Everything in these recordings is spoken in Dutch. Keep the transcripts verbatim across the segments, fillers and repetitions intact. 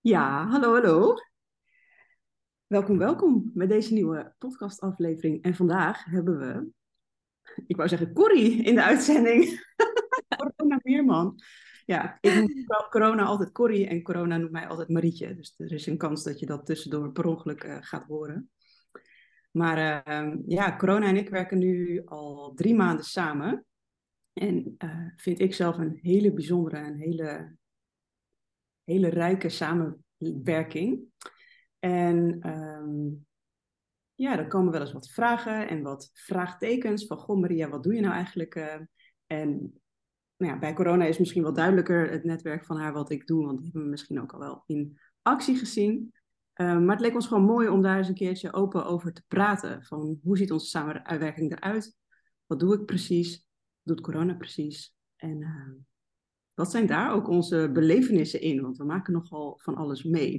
Ja, hallo, hallo. Welkom, welkom bij deze nieuwe podcastaflevering. En vandaag hebben we, ik wou zeggen Corrie in de uitzending. Corona Meerman. Ja, ik noem corona altijd Corrie en corona noemt mij altijd Marietje. Dus er is een kans dat je dat tussendoor per ongeluk eh, gaat horen. Maar eh, ja, corona en ik werken nu al drie maanden samen. En eh, vind ik zelf een hele bijzondere en hele, hele rijke samenwerking. En ehm, ja, dan komen wel eens wat vragen en wat vraagtekens van, goh Maria, wat doe je nou eigenlijk? eh? en nou ja, bij corona is misschien wel duidelijker het netwerk van haar wat ik doe, want die hebben we misschien ook al wel in actie gezien. Eh, maar het leek ons gewoon mooi om daar eens een keertje open over te praten. Van hoe ziet onze samenwerking eruit? Wat doe ik precies? Wat doet corona precies? En eh, wat zijn daar ook onze belevenissen in? Want we maken nogal van alles mee.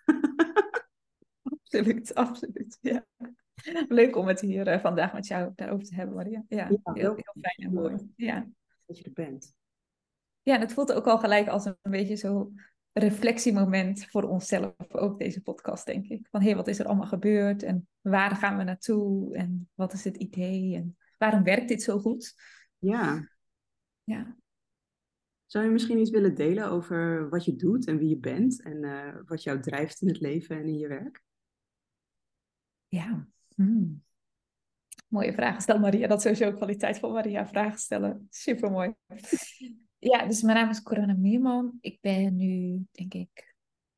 Absoluut, absoluut. Ja. Leuk om het hier uh, vandaag met jou daarover te hebben, Maria. Ja, Ja, heel, welkom. heel fijn en mooi. Ja. Dat je er bent. Ja, en het voelt ook al gelijk als een beetje zo'n reflectiemoment voor onszelf, ook deze podcast, denk ik. Van, hé, hey, wat is er allemaal gebeurd en waar gaan we naartoe en wat is het idee en waarom werkt dit zo goed? Ja. Ja, Zou je misschien iets willen delen over wat je doet en wie je bent en uh, wat jou drijft in het leven en in je werk? ja. Hmm. Mooie vragen stel Maria. Dat is sowieso ook kwaliteit van Maria. Vragen stellen. Super mooi. Ja, dus mijn naam is Corona Meerman. Ik ben nu, denk ik,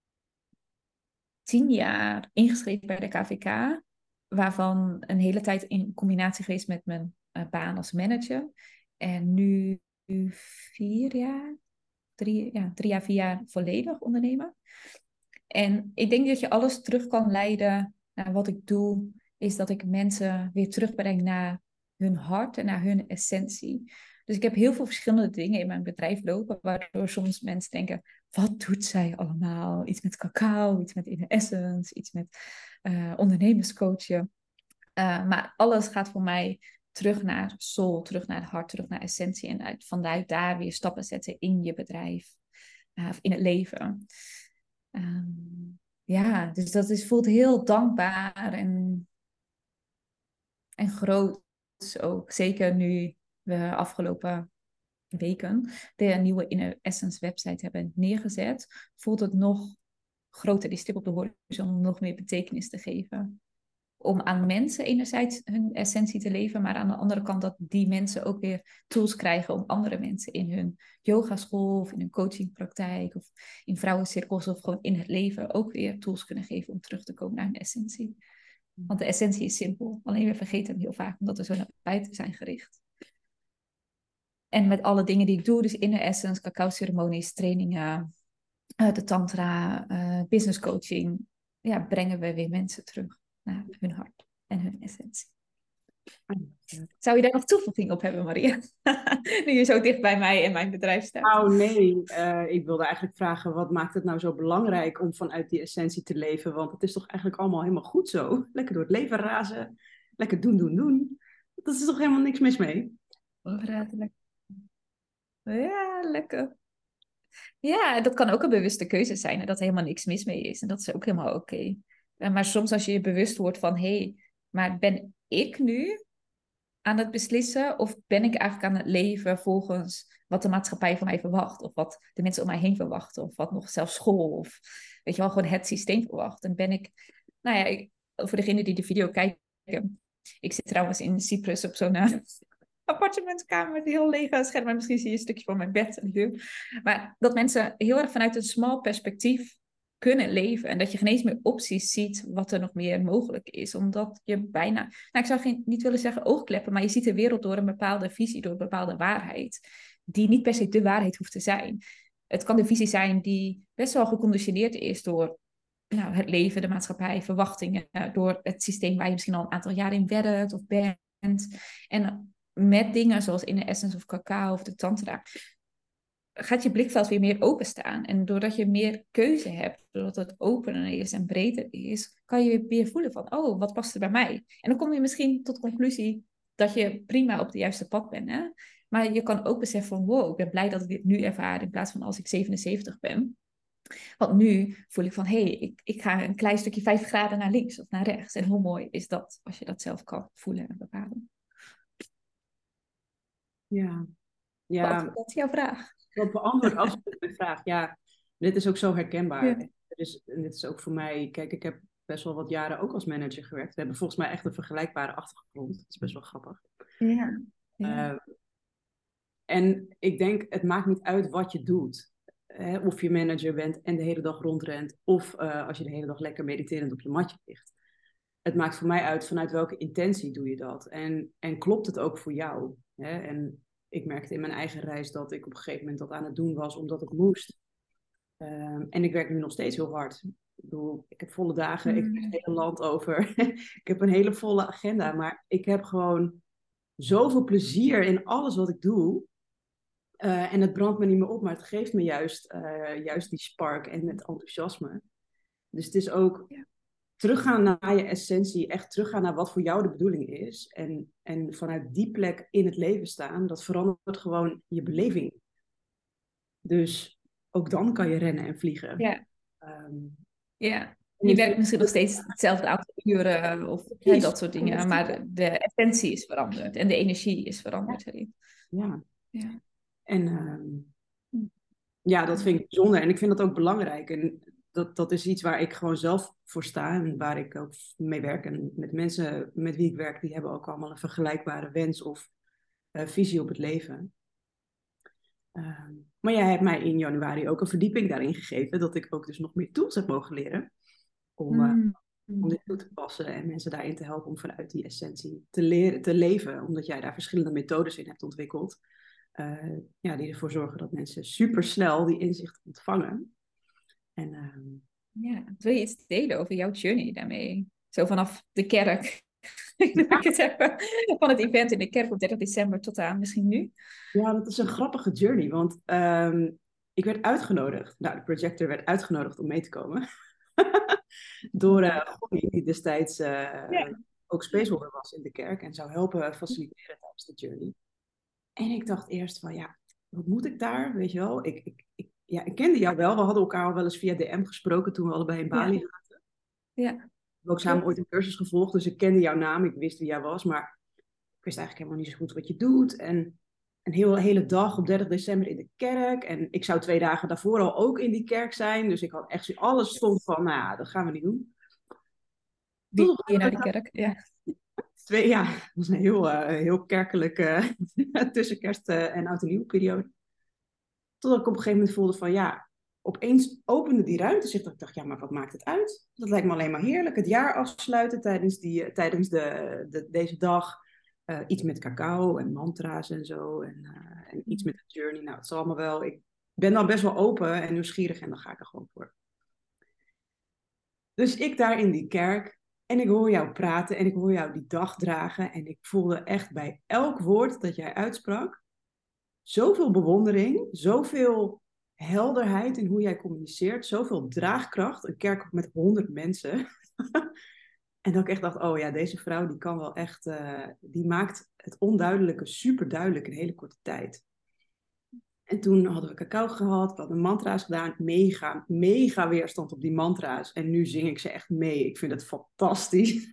tien jaar ingeschreven bij de K V K. Waarvan een hele tijd in combinatie geweest met mijn uh, baan als manager. En nu vier jaar, drie, ja, drie jaar, vier jaar volledig ondernemen. En ik denk dat je alles terug kan leiden naar wat ik doe, is dat ik mensen weer terugbreng naar hun hart en naar hun essentie. Dus ik heb heel veel verschillende dingen in mijn bedrijf lopen, waardoor soms mensen denken, wat doet zij allemaal? Iets met cacao, iets met Inner Essence, iets met uh, ondernemerscoachen. Uh, maar alles gaat voor mij terug naar soul, terug naar het hart, terug naar essentie. En uit, vanuit daar weer stappen zetten in je bedrijf, uh, of in het leven. Um, ja, dus dat is, voelt heel dankbaar en, en groot ook. Zeker nu we afgelopen weken de nieuwe Inner Essence website hebben neergezet, voelt het nog groter, die stip op de horizon, om nog meer betekenis te geven. Om aan mensen enerzijds hun essentie te leven, maar aan de andere kant dat die mensen ook weer tools krijgen om andere mensen in hun yogaschool of in hun coachingpraktijk of in vrouwencirkels of gewoon in het leven ook weer tools kunnen geven om terug te komen naar hun essentie. Want de essentie is simpel, alleen we vergeten hem heel vaak omdat we zo naar buiten zijn gericht. En met alle dingen die ik doe, dus Inner Essence, cacao ceremonies, trainingen, uh, de tantra, uh, business coaching, ja, brengen we weer mensen terug naar hun hart en hun essentie. Zou je daar nog toevoeging op hebben, Maria? Nu je zo dicht bij mij en mijn bedrijf staat. Nou, nee. Uh, ik wilde eigenlijk vragen, wat maakt het nou zo belangrijk om vanuit die essentie te leven? Want het is toch eigenlijk allemaal helemaal goed zo? Lekker door het leven razen. Lekker doen, doen, doen. Dat is toch helemaal niks mis mee? Overraad, ja, lekker. Ja, dat kan ook een bewuste keuze zijn en dat er helemaal niks mis mee is. En dat is ook helemaal oké. Okay. Maar soms als je je bewust wordt van, hé, hey, maar ben ik nu aan het beslissen of ben ik eigenlijk aan het leven volgens wat de maatschappij van mij verwacht of wat de mensen om mij heen verwachten of wat nog zelfs school of weet je wel, gewoon het systeem verwacht. En ben ik, nou ja, ik, voor degenen die de video kijken, ik zit trouwens in Cyprus op zo'n uh, appartementkamer met heel lege schermen, maar misschien zie je een stukje van mijn bed en deur. Maar dat mensen heel erg vanuit een smal perspectief kunnen leven. En dat je geen eens meer opties ziet wat er nog meer mogelijk is. Omdat je bijna, nou ik zou geen, niet willen zeggen oogkleppen, maar je ziet de wereld door een bepaalde visie, door een bepaalde waarheid. Die niet per se de waarheid hoeft te zijn. Het kan de visie zijn die best wel geconditioneerd is door nou, het leven, de maatschappij, verwachtingen. Door het systeem waar je misschien al een aantal jaar in werkt of bent. En met dingen zoals in de essence of cacao of de tantra gaat je blikveld weer meer openstaan. En doordat je meer keuze hebt, doordat het opener is en breder is, kan je weer voelen van, oh, wat past er bij mij? En dan kom je misschien tot de conclusie dat je prima op de juiste pad bent. Hè? Maar je kan ook beseffen van, wow, ik ben blij dat ik dit nu ervaar in plaats van als ik zevenenzeventig ben. Want nu voel ik van, hé, hey, ik, ik ga een klein stukje vijf graden naar links of naar rechts. En hoe mooi is dat als je dat zelf kan voelen en bepalen. Ja, Wat ja. dat is jouw vraag? Dat beantwoordt absoluut mijn vraag. Ja, dit is ook zo herkenbaar. Ja. En dit is, en dit is ook voor mij... Kijk, ik heb best wel wat jaren ook als manager gewerkt. We hebben volgens mij echt een vergelijkbare achtergrond. Dat is best wel grappig. Ja. Ja. Uh, en ik denk, het maakt niet uit wat je doet. Hè? Of je manager bent en de hele dag rondrent. Of uh, als je de hele dag lekker mediterend op je matje ligt. Het maakt voor mij uit vanuit welke intentie doe je dat. En, en klopt het ook voor jou? Hè? En ik merkte in mijn eigen reis dat ik op een gegeven moment dat aan het doen was omdat het moest. Um, en ik werk nu nog steeds heel hard. Ik bedoel, ik heb volle dagen, mm. ik reis het hele land over. Ik heb een hele volle agenda, maar ik heb gewoon zoveel plezier in alles wat ik doe. Uh, en het brandt me niet meer op, maar het geeft me juist, uh, juist die spark en het enthousiasme. Dus het is ook ja. teruggaan naar je essentie, echt teruggaan naar wat voor jou de bedoeling is. En, en vanuit die plek in het leven staan, dat verandert gewoon je beleving. Dus ook dan kan je rennen en vliegen. Ja. Um, ja. Je werkt misschien nog steeds hetzelfde aantal uren of hè, dat soort dingen, maar de essentie is veranderd en de energie is veranderd. Ja. Ja. ja. En um, ja, dat vind ik bijzonder en ik vind dat ook belangrijk. En dat, dat is iets waar ik gewoon zelf voor sta en waar ik ook mee werk. En met mensen met wie ik werk, die hebben ook allemaal een vergelijkbare wens of uh, visie op het leven. Um, maar jij hebt mij in januari ook een verdieping daarin gegeven, dat ik ook dus nog meer tools heb mogen leren om, uh, mm. om dit toe te passen en mensen daarin te helpen om vanuit die essentie te leren, te leven, omdat jij daar verschillende methodes in hebt ontwikkeld, uh, ja, die ervoor zorgen dat mensen supersnel die inzicht ontvangen. En, um... ja, wil je iets delen over jouw journey daarmee? Zo vanaf de kerk. Ja. Het hebben, van het event in de kerk op dertig december tot aan misschien nu. Ja, dat is een grappige journey, want um, ik werd uitgenodigd. Nou, de projector werd uitgenodigd om mee te komen. Door uh, Gonnie, die destijds uh, ja. ook spaceholder was in de kerk en zou helpen faciliteren tijdens de journey. En ik dacht eerst van, ja, wat moet ik daar? Weet je wel, ik, ik, ik, ja, ik kende jou wel. We hadden elkaar al wel eens via D M gesproken toen we allebei in Bali ja. zaten. Ja. We hebben ook samen ooit een cursus gevolgd, dus ik kende jouw naam. Ik wist wie jij was, maar ik wist eigenlijk helemaal niet zo goed wat je doet. En een hele, hele dag op dertig december in de kerk. En ik zou twee dagen daarvoor al ook in die kerk zijn. Dus ik had echt alles stond van, nou ja, dat gaan we niet doen. Wie je naar de kerk, ja. Twee, ja, dat was een heel, uh, heel kerkelijke uh, tussen kerst uh, en oud en nieuw periode. Totdat ik op een gegeven moment voelde van, ja, opeens opende die ruimte zich. Dat ik dacht, ja, maar wat maakt het uit? Dat lijkt me alleen maar heerlijk. Het jaar afsluiten tijdens, die, uh, tijdens de, de, deze dag. Uh, iets met cacao en mantra's en zo. En, uh, en iets met de journey. Nou, het zal allemaal wel. Ik ben dan best wel open en nieuwsgierig en dan ga ik er gewoon voor. Dus ik daar in die kerk. En ik hoor jou praten en ik hoor jou die dag dragen. En ik voelde echt bij elk woord dat jij uitsprak zoveel bewondering, zoveel helderheid in hoe jij communiceert, zoveel draagkracht. Een kerk met honderd mensen. En dat ik echt dacht, oh ja, deze vrouw die kan wel echt, uh, die maakt het onduidelijke super duidelijk in een hele korte tijd. En toen hadden we cacao gehad, we hadden mantra's gedaan, mega, mega weerstand op die mantra's. En nu zing ik ze echt mee, ik vind het fantastisch.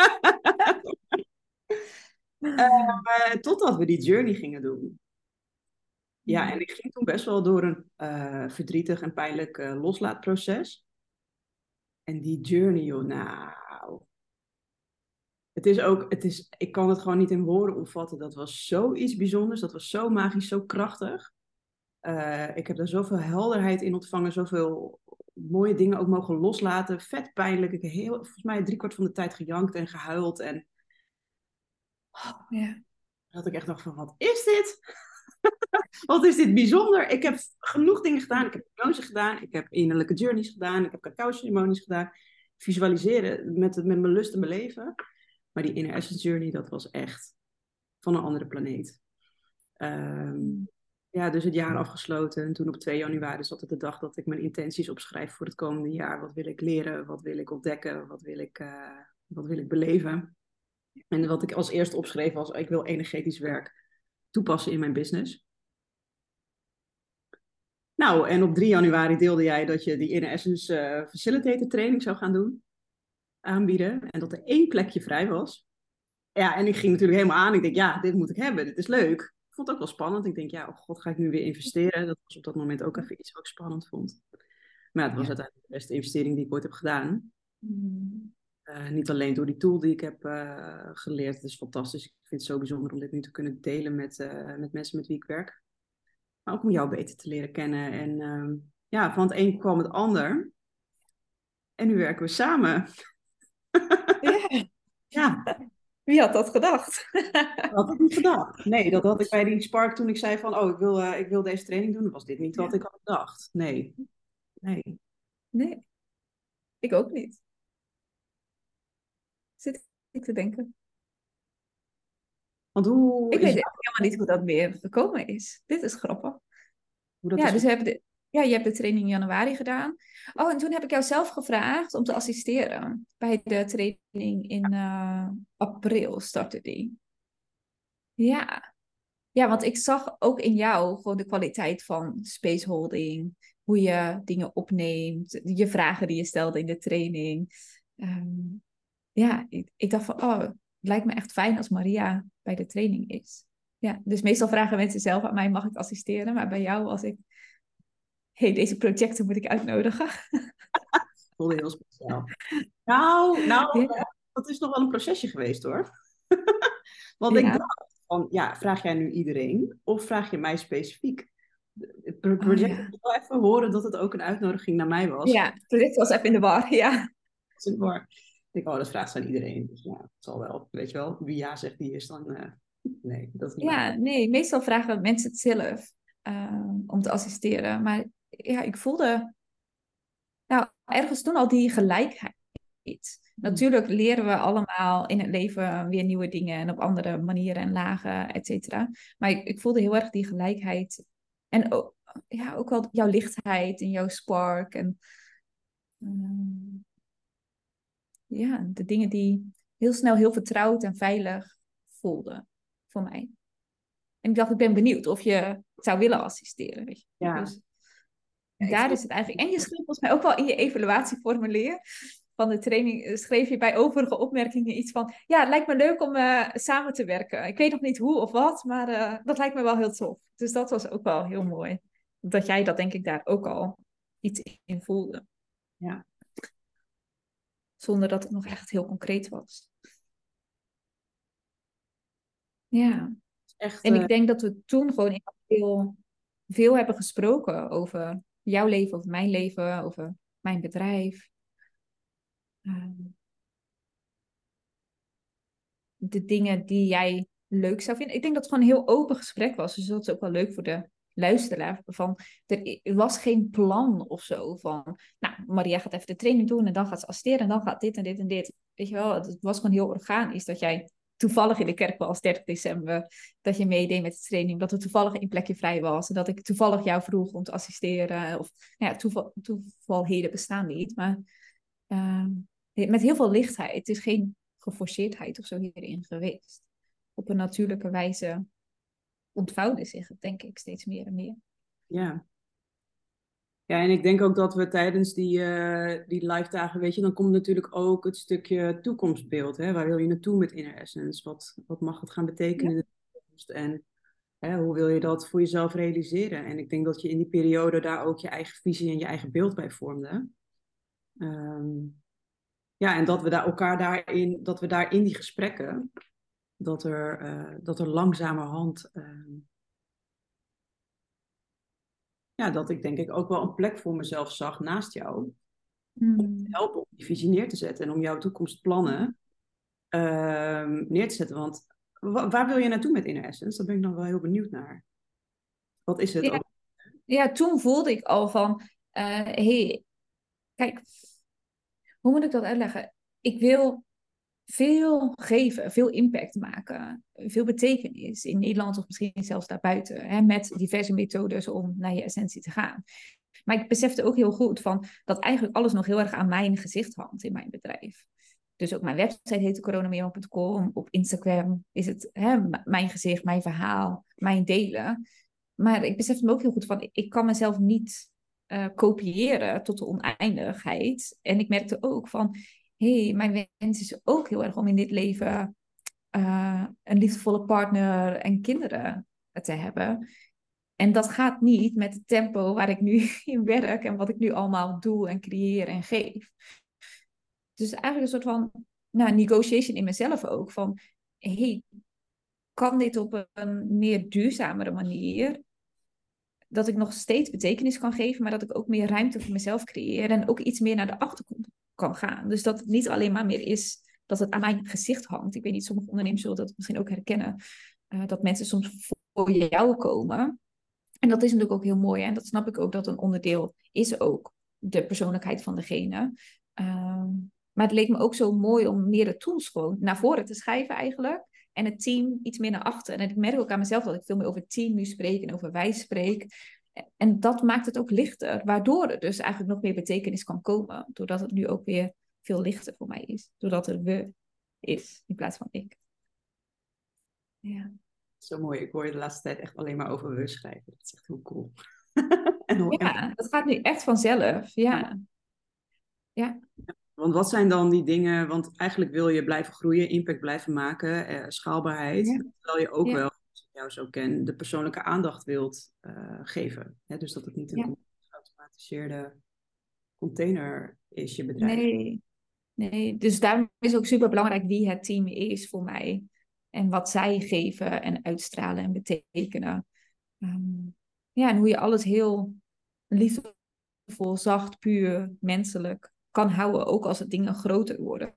uh, totdat we die journey gingen doen. Ja, en ik ging toen best wel door een uh, verdrietig en pijnlijk uh, loslaatproces. En die journey, joh, nou... Het is ook, het is, ik kan het gewoon niet in woorden omvatten. Dat was zoiets bijzonders, dat was zo magisch, zo krachtig. Uh, ik heb daar zoveel helderheid in ontvangen, zoveel mooie dingen ook mogen loslaten. Vet pijnlijk. Ik heb heel, volgens mij driekwart van de tijd gejankt en gehuild. En oh, ja. Dat ik echt dacht van, wat is dit? Wat is dit bijzonder? Ik heb genoeg dingen gedaan. Ik heb hypnose gedaan. Ik heb innerlijke journeys gedaan. Ik heb cacao-ceremonies gedaan. Visualiseren met, met mijn lust en mijn leven. Maar die Inner Essence Journey, dat was echt van een andere planeet. Um, ja, dus het jaar afgesloten. En toen op twee januari zat het de dag dat ik mijn intenties opschrijf voor het komende jaar. Wat wil ik leren? Wat wil ik ontdekken? Wat wil ik, uh, wat wil ik beleven? En wat ik als eerste opschreef was, ik wil energetisch werk toepassen in mijn business. Nou, en op drie januari deelde jij dat je die Inner Essence uh, Facilitator training zou gaan doen, aanbieden. En dat er één plekje vrij was. Ja, en ik ging natuurlijk helemaal aan. Ik denk, ja, dit moet ik hebben. Dit is leuk. Ik vond het ook wel spannend. Ik denk, ja, oh god, ga ik nu weer investeren? Dat was op dat moment ook even iets wat ik spannend vond. Maar ja, het was Ja. uiteindelijk de beste investering die ik ooit heb gedaan. Mm. Uh, niet alleen door die tool die ik heb uh, geleerd. Het is fantastisch. Ik vind het zo bijzonder om dit nu te kunnen delen met, uh, met mensen met wie ik werk. Maar ook om jou beter te leren kennen. En uh, ja, van het een kwam het ander. En nu werken we samen. Ja. Ja. Wie had dat gedacht? Dat had ik niet gedacht. Nee, dat had ik bij die Spark toen ik zei van, oh, ik wil, uh, ik wil deze training doen. Dan was dit niet wat Ja. ik had gedacht. Nee, nee. Nee, ik ook niet. Zit ik te denken. Want hoe Ik is weet jou, eigenlijk helemaal niet hoe dat meer gekomen is. Dit is grappig. hoe dat Ja, is? dus we hebben de, ja, je hebt de training in januari gedaan. Oh, en toen heb ik jou zelf gevraagd om te assisteren. Bij de training in uh, april startte die. Ja. Ja, want ik zag ook in jou gewoon de kwaliteit van spaceholding. Hoe je dingen opneemt. Je vragen die je stelde in de training. Um, ja, ik, ik dacht van, oh, het lijkt me echt fijn als Maria bij de training is. Ja, dus meestal vragen mensen zelf aan mij, mag ik assisteren? Maar bij jou als ik, hey, deze projecten moet ik uitnodigen. Ik voelde heel speciaal. Nou, nou, Ja, dat is nog wel een procesje geweest hoor. Want ik ja. dacht van, ja, vraag jij nu iedereen of vraag je mij specifiek? Het pro- Oh project ja. moet wel even horen dat het ook een uitnodiging naar mij was. Ja, het project was even in de war, ja. Was in de war. Ik denk, oh, dat vraagt ze aan iedereen. Dus ja, het zal wel. Weet je wel, wie ja zegt, die is dan... Uh, nee, dat is niet waar. Ja, nee, meestal vragen mensen het zelf uh, om te assisteren. Maar ja, ik voelde nou, ergens toen al die gelijkheid. Natuurlijk leren we allemaal in het leven weer nieuwe dingen en op andere manieren en lagen, et cetera. Maar ik, ik voelde heel erg die gelijkheid. En ook, ja, ook wel jouw lichtheid en jouw spark. En um, ja, de dingen die heel snel heel vertrouwd en veilig voelden voor mij. En ik dacht, ik ben benieuwd of je zou willen assisteren. Weet je? Ja. Dus Ja, ik daar voel... is het eigenlijk. En je schreef volgens mij ook wel in je evaluatieformulier van de training, schreef je bij overige opmerkingen iets van, ja, het lijkt me leuk om uh, samen te werken. Ik weet nog niet hoe of wat, maar uh, dat lijkt me wel heel tof. Dus dat was ook wel heel mooi. Dat jij dat denk ik daar ook al iets in voelde. Ja. Zonder dat het nog echt heel concreet was. Ja. Echt, En uh... ik denk dat we toen gewoon heel veel hebben gesproken over jouw leven, over mijn leven, over mijn bedrijf. Um, de dingen die jij leuk zou vinden. Ik denk dat het gewoon een heel open gesprek was. Dus dat is ook wel leuk voor de luisteraar. Van, er was geen plan of zo van... Nou, Maria gaat even de training doen en dan gaat ze assisteren en dan gaat dit en dit en dit. Weet je wel, het was gewoon heel organisch dat jij toevallig in de kerk was, dertig december, dat je meedeed met de training, dat er toevallig een plekje vrij was en dat ik toevallig jou vroeg om te assisteren. Of, nou ja, toeval, toevalheden bestaan niet, maar uh, met heel veel lichtheid. Het is geen geforceerdheid of zo hierin geweest. Op een natuurlijke wijze ontvouwde zich het, denk ik, steeds meer en meer. Ja. Ja, en ik denk ook dat we tijdens die, uh, die live dagen, weet je, dan komt natuurlijk ook het stukje toekomstbeeld. Hè? Waar wil je naartoe met Inner Essence? Wat, wat mag het gaan betekenen Ja. in de toekomst? En hè, hoe wil je dat voor jezelf realiseren? En ik denk dat je in die periode daar ook je eigen visie en je eigen beeld bij vormde. Um, ja, en dat we daar elkaar daarin, dat we daar in die gesprekken, dat er, uh, dat er langzamerhand... Uh, ja, dat ik denk ik ook wel een plek voor mezelf zag naast jou. Om te helpen om die visie neer te zetten en om jouw toekomstplannen uh, neer te zetten. Want wa- waar wil je naartoe met Inner Essence? Daar ben ik nog wel heel benieuwd naar. Wat is het Ja, ook? ja, toen voelde ik al van, uh, hey, kijk, hoe moet ik dat uitleggen? Ik wil veel geven, veel impact maken, veel betekenis in Nederland of misschien zelfs daarbuiten, hè, met diverse methodes om naar je essentie te gaan. Maar ik besefte ook heel goed van dat eigenlijk alles nog heel erg aan mijn gezicht hangt in mijn bedrijf. Dus ook mijn website heet coronamerel punt com. Op Instagram is het hè, mijn gezicht, mijn verhaal, mijn delen. Maar ik besef me ook heel goed van, ik kan mezelf niet uh, kopiëren tot de oneindigheid. En ik merkte ook van, hé, hey, mijn wens is ook heel erg om in dit leven uh, een liefdevolle partner en kinderen te hebben. En dat gaat niet met het tempo waar ik nu in werk en wat ik nu allemaal doe en creëer en geef. Dus eigenlijk een soort van nou, negotiation in mezelf ook. Van, hey, kan dit op een meer duurzamere manier? Dat ik nog steeds betekenis kan geven, maar dat ik ook meer ruimte voor mezelf creëer. En ook iets meer naar de achtergrond kan gaan. Dus dat het niet alleen maar meer is dat het aan mijn gezicht hangt. Ik weet niet, sommige ondernemers zullen dat misschien ook herkennen. Uh, dat mensen soms voor jou komen. En dat is natuurlijk ook heel mooi. Hè? En dat snap ik ook dat een onderdeel is ook de persoonlijkheid van degene. Um, maar het leek me ook zo mooi om meer de tools gewoon naar voren te schrijven eigenlijk. En het team iets meer naar achter. En ik merk ook aan mezelf dat ik veel meer over het team nu spreek en over wij spreek. En dat maakt het ook lichter. Waardoor er dus eigenlijk nog meer betekenis kan komen. Doordat het nu ook weer veel lichter voor mij is. Doordat er we is in plaats van ik. Ja. Zo mooi. Ik hoor je de laatste tijd echt alleen maar over we schrijven. Dat is echt heel cool. en hoe, ja, dat gaat nu echt vanzelf. Ja. Ja. Want wat zijn dan die dingen? Want eigenlijk wil je blijven groeien, impact blijven maken, eh, schaalbaarheid. Ja. Terwijl je ook ja. wel, als ik jou zo ken, de persoonlijke aandacht wilt uh, geven. Hè? Dus dat het niet een ja. geautomatiseerde container is, je bedrijf. Nee. nee, dus daarom is het ook super belangrijk wie het team is voor mij. En wat zij geven en uitstralen en betekenen. Um, ja, en hoe je alles heel liefdevol, zacht, puur, menselijk kan houden. Ook als het dingen groter worden.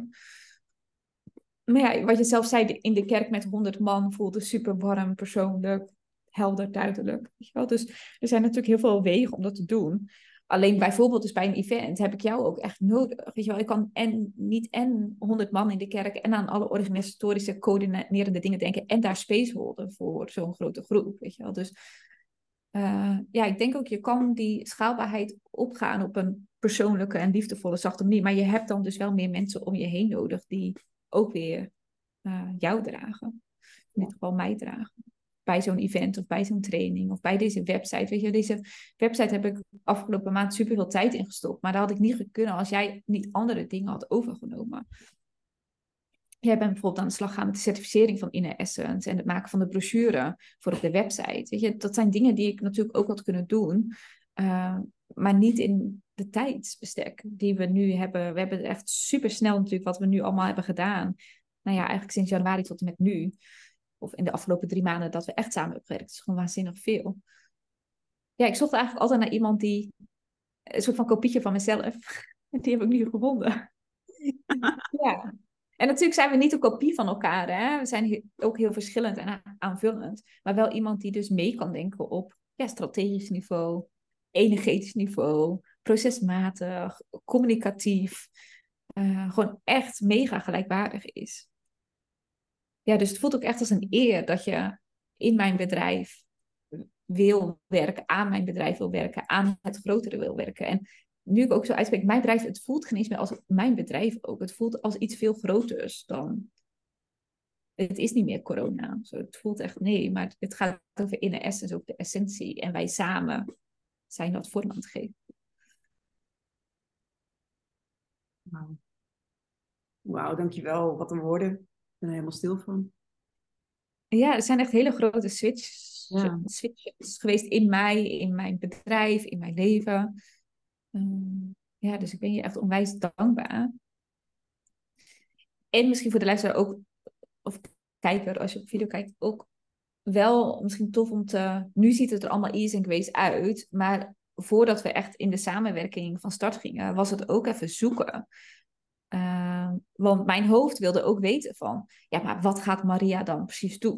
Maar ja, wat je zelf zei, in de kerk met honderd man voelde super warm, persoonlijk, helder, duidelijk. Weet je wel? Dus er zijn natuurlijk heel veel wegen om dat te doen. Alleen bijvoorbeeld dus bij een event heb ik jou ook echt nodig. Weet je wel, ik kan en, niet en honderd man in de kerk en aan alle organisatorische coördinerende dingen denken en daar space holden voor zo'n grote groep. Weet je wel. Dus uh, ja, ik denk ook je kan die schaalbaarheid opgaan op een persoonlijke en liefdevolle, zachte manier. Maar je hebt dan dus wel meer mensen om je heen nodig die ook weer uh, jou dragen. In dit geval mij dragen. Bij zo'n event of bij zo'n training of bij deze website. Weet je, deze website heb ik afgelopen maand super veel tijd in gestopt. Maar dat had ik niet gekund als jij niet andere dingen had overgenomen. Jij bent bijvoorbeeld aan de slag gaan met de certificering van Inner Essence en het maken van de brochure voor op de website. Weet je, dat zijn dingen die ik natuurlijk ook had kunnen doen. Uh, maar niet in de tijdsbestek die we nu hebben. We hebben echt super snel natuurlijk wat we nu allemaal hebben gedaan. Nou ja, eigenlijk sinds januari tot en met nu. Of in de afgelopen drie maanden dat we echt samen hebben gewerkt. Het is gewoon waanzinnig veel. Ja, ik zocht eigenlijk altijd naar iemand die... Een soort van kopietje van mezelf. En die heb ik nu gevonden. Ja. En natuurlijk zijn we niet een kopie van elkaar. Hè? We zijn ook heel verschillend en aanvullend. Maar wel iemand die dus mee kan denken op ja, strategisch niveau, energetisch niveau, procesmatig, communicatief. Uh, gewoon echt mega gelijkwaardig is. Ja, dus het voelt ook echt als een eer dat je in mijn bedrijf wil werken, aan mijn bedrijf wil werken, aan het grotere wil werken. En nu ik ook zo uitspreek, mijn bedrijf, het voelt geen eens meer als mijn bedrijf ook. Het voelt als iets veel groters dan... Het is niet meer corona. Zo, het voelt echt, nee, maar het gaat over inner essence, ook de essentie. En wij samen zijn dat vorm aan het geven. Wauw, wow, dankjewel. Wat een woorden. Ik ben er helemaal stil van. Ja, er zijn echt hele grote switches, ja. switches geweest in mij, in mijn bedrijf, in mijn leven. Um, ja, dus ik ben je echt onwijs dankbaar. En misschien voor de luisteraar ook, of kijker, als je op video kijkt, ook wel misschien tof om te... Nu ziet het er allemaal easy en grace uit, maar voordat we echt in de samenwerking van start gingen, was het ook even zoeken. Uh, want mijn hoofd wilde ook weten van, ja, maar wat gaat Maria dan precies doen?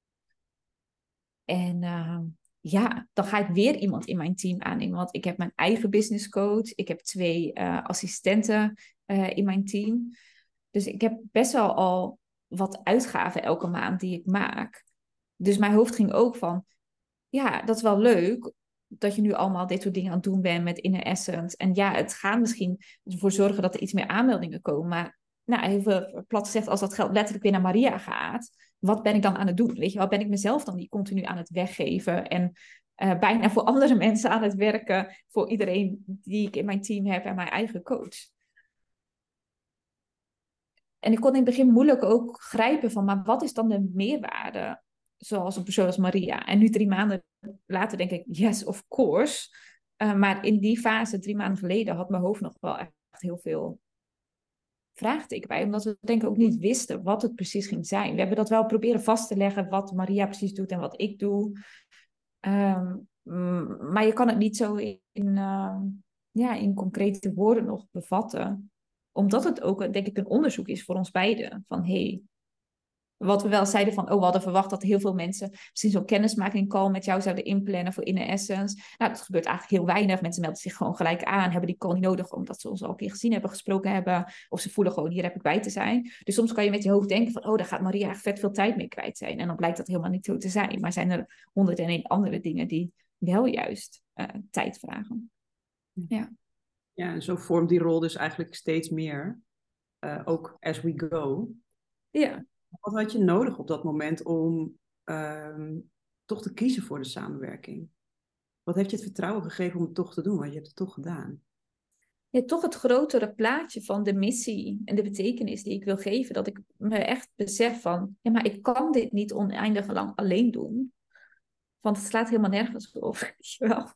En uh, ja, dan ga ik weer iemand in mijn team aannemen. Want ik heb mijn eigen business coach. Ik heb twee uh, assistenten uh, in mijn team. Dus ik heb best wel al wat uitgaven elke maand die ik maak. Dus mijn hoofd ging ook van... Ja, dat is wel leuk dat je nu allemaal dit soort dingen aan het doen bent met Inner Essence. En ja, het gaat misschien ervoor zorgen dat er iets meer aanmeldingen komen. Maar nou, even plat gezegd, als dat geld letterlijk weer naar Maria gaat, wat ben ik dan aan het doen? Weet je, wat ben ik mezelf dan die continu aan het weggeven en uh, bijna voor andere mensen aan het werken, voor iedereen die ik in mijn team heb en mijn eigen coach. En ik kon in het begin moeilijk ook grijpen van, maar wat is dan de meerwaarde? Zoals een persoon als Maria. En nu drie maanden later denk ik, yes, of course. Uh, maar in die fase, drie maanden geleden, had mijn hoofd nog wel echt heel veel vraagteken bij. Omdat we denk ik ook niet wisten wat het precies ging zijn. We hebben dat wel proberen vast te leggen, wat Maria precies doet en wat ik doe. Um, maar je kan het niet zo in, uh, ja, in concrete woorden nog bevatten. Omdat het ook, denk ik, een onderzoek is voor ons beiden. Van, hey, wat we wel zeiden van, oh, we hadden verwacht dat heel veel mensen misschien zo'n kennismaking call met jou zouden inplannen voor Inner Essence. Nou, dat gebeurt eigenlijk heel weinig. Mensen melden zich gewoon gelijk aan, hebben die call niet nodig omdat ze ons al een keer gezien hebben, gesproken hebben. Of ze voelen gewoon, hier heb ik bij te zijn. Dus soms kan je met je hoofd denken van, oh, daar gaat Maria echt vet veel tijd mee kwijt zijn. En dan blijkt dat helemaal niet zo te zijn. Maar zijn er honderd en één andere dingen die wel juist uh, tijd vragen. Ja. Ja, en zo vormt die rol dus eigenlijk steeds meer. Uh, ook as we go. Ja. Wat had je nodig op dat moment om um, toch te kiezen voor de samenwerking? Wat heeft je het vertrouwen gegeven om het toch te doen? Want je hebt het toch gedaan. Ja, toch het grotere plaatje van de missie en de betekenis die ik wil geven. Dat ik me echt besef van, ja, maar ik kan dit niet oneindig lang alleen doen. Want het slaat helemaal nergens op. Weet je wel.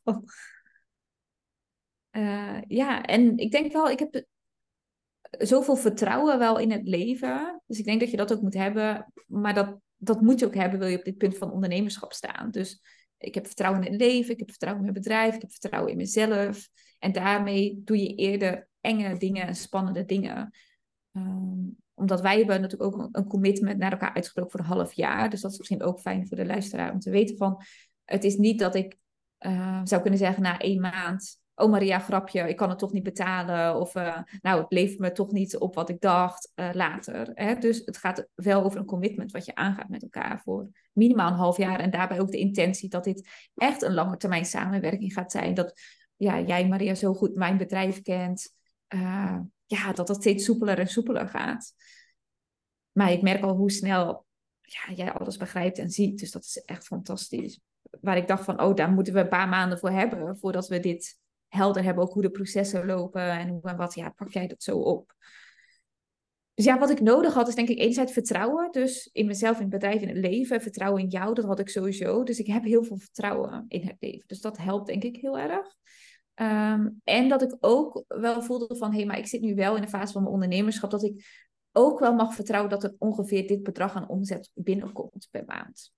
Uh, ja, en ik denk wel, ik heb zoveel vertrouwen wel in het leven. Dus ik denk dat je dat ook moet hebben. Maar dat, dat moet je ook hebben, wil je op dit punt van ondernemerschap staan. Dus ik heb vertrouwen in het leven, ik heb vertrouwen in mijn bedrijf, ik heb vertrouwen in mezelf. En daarmee doe je eerder enge dingen en spannende dingen. Um, omdat wij hebben natuurlijk ook een, een commitment naar elkaar uitgesproken voor een half jaar. Dus dat is misschien ook fijn voor de luisteraar om te weten van... Het is niet dat ik uh, zou kunnen zeggen na één maand... Oh Maria, grapje, ik kan het toch niet betalen. Of uh, nou, het levert me toch niet op wat ik dacht uh, later. Hè? Dus het gaat wel over een commitment wat je aangaat met elkaar voor minimaal een half jaar. En daarbij ook de intentie dat dit echt een lange termijn samenwerking gaat zijn. Dat ja, jij Maria zo goed mijn bedrijf kent. Uh, ja, dat dat steeds soepeler en soepeler gaat. Maar ik merk al hoe snel ja, jij alles begrijpt en ziet. Dus dat is echt fantastisch. Waar ik dacht van, oh, daar moeten we een paar maanden voor hebben. Voordat we dit helder hebben, ook hoe de processen lopen en hoe en wat. Ja, pak jij dat zo op. Dus ja, wat ik nodig had is denk ik enerzijds vertrouwen. Dus in mezelf, in het bedrijf, in het leven. Vertrouwen in jou, dat had ik sowieso. Dus ik heb heel veel vertrouwen in het leven. Dus dat helpt denk ik heel erg. Um, en dat ik ook wel voelde van, hé, hey, maar ik zit nu wel in de fase van mijn ondernemerschap, dat ik ook wel mag vertrouwen dat er ongeveer dit bedrag aan omzet binnenkomt per maand.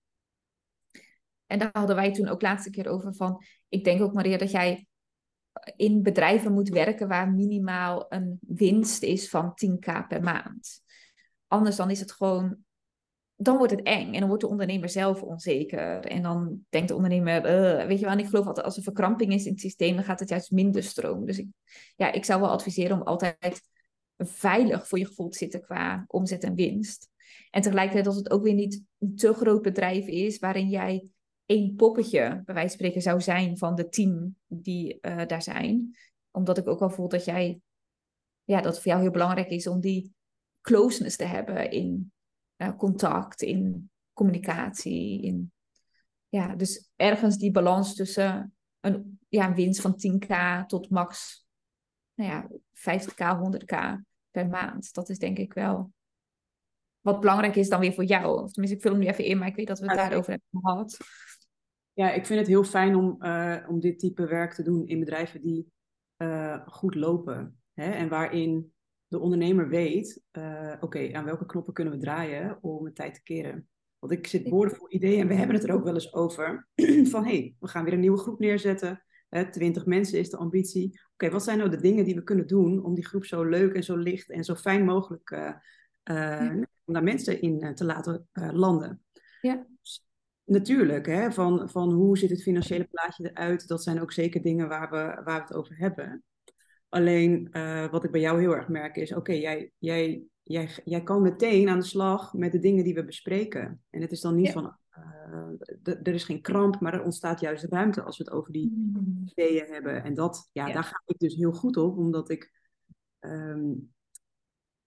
En daar hadden wij toen ook laatste keer over van, ik denk ook Maria dat jij in bedrijven moet werken waar minimaal een winst is van tien k per maand. Anders dan is het gewoon, dan wordt het eng en dan wordt de ondernemer zelf onzeker. En dan denkt de ondernemer, uh, weet je wel, en ik geloof altijd als er verkramping is in het systeem, dan gaat het juist minder stromen. Dus ik, ja, ik zou wel adviseren om altijd veilig voor je gevoel te zitten qua omzet en winst. En tegelijkertijd als het ook weer niet een te groot bedrijf is, waarin jij één poppetje, bij wijze van spreken, zou zijn van de tien die uh, daar zijn. Omdat ik ook wel voel dat jij, ja, dat het voor jou heel belangrijk is om die closeness te hebben in uh, contact, in communicatie. In, ja, dus ergens die balans tussen een, ja, een winst van tien k tot max nou ja, vijftig k, honderd k per maand. Dat is denk ik wel wat belangrijk is dan weer voor jou. Of tenminste, ik vul hem nu even in, maar ik weet dat we het ja, daarover hebben gehad. Ja, ik vind het heel fijn om, uh, om dit type werk te doen in bedrijven die uh, goed lopen. Hè? En waarin de ondernemer weet, uh, oké, okay, aan welke knoppen kunnen we draaien om het tijd te keren. Want ik zit woorden voor ideeën en we hebben het er ook wel eens over. Van, hé, hey, we gaan weer een nieuwe groep neerzetten. twintig mensen is de ambitie. Oké, okay, wat zijn nou de dingen die we kunnen doen om die groep zo leuk en zo licht en zo fijn mogelijk uh, uh, ja. om daar mensen in uh, te laten uh, landen. Ja. Dus, natuurlijk, hè, van, van hoe ziet het financiële plaatje eruit, dat zijn ook zeker dingen waar we, waar we het over hebben. Alleen uh, wat ik bij jou heel erg merk is, oké, okay, jij, jij, jij, jij kan meteen aan de slag met de dingen die we bespreken. En het is dan niet ja. van, uh, d- er is geen kramp, maar er ontstaat juist ruimte als we het over die mm. ideeën hebben. En dat, ja, ja, daar ga ik dus heel goed op, omdat ik, um,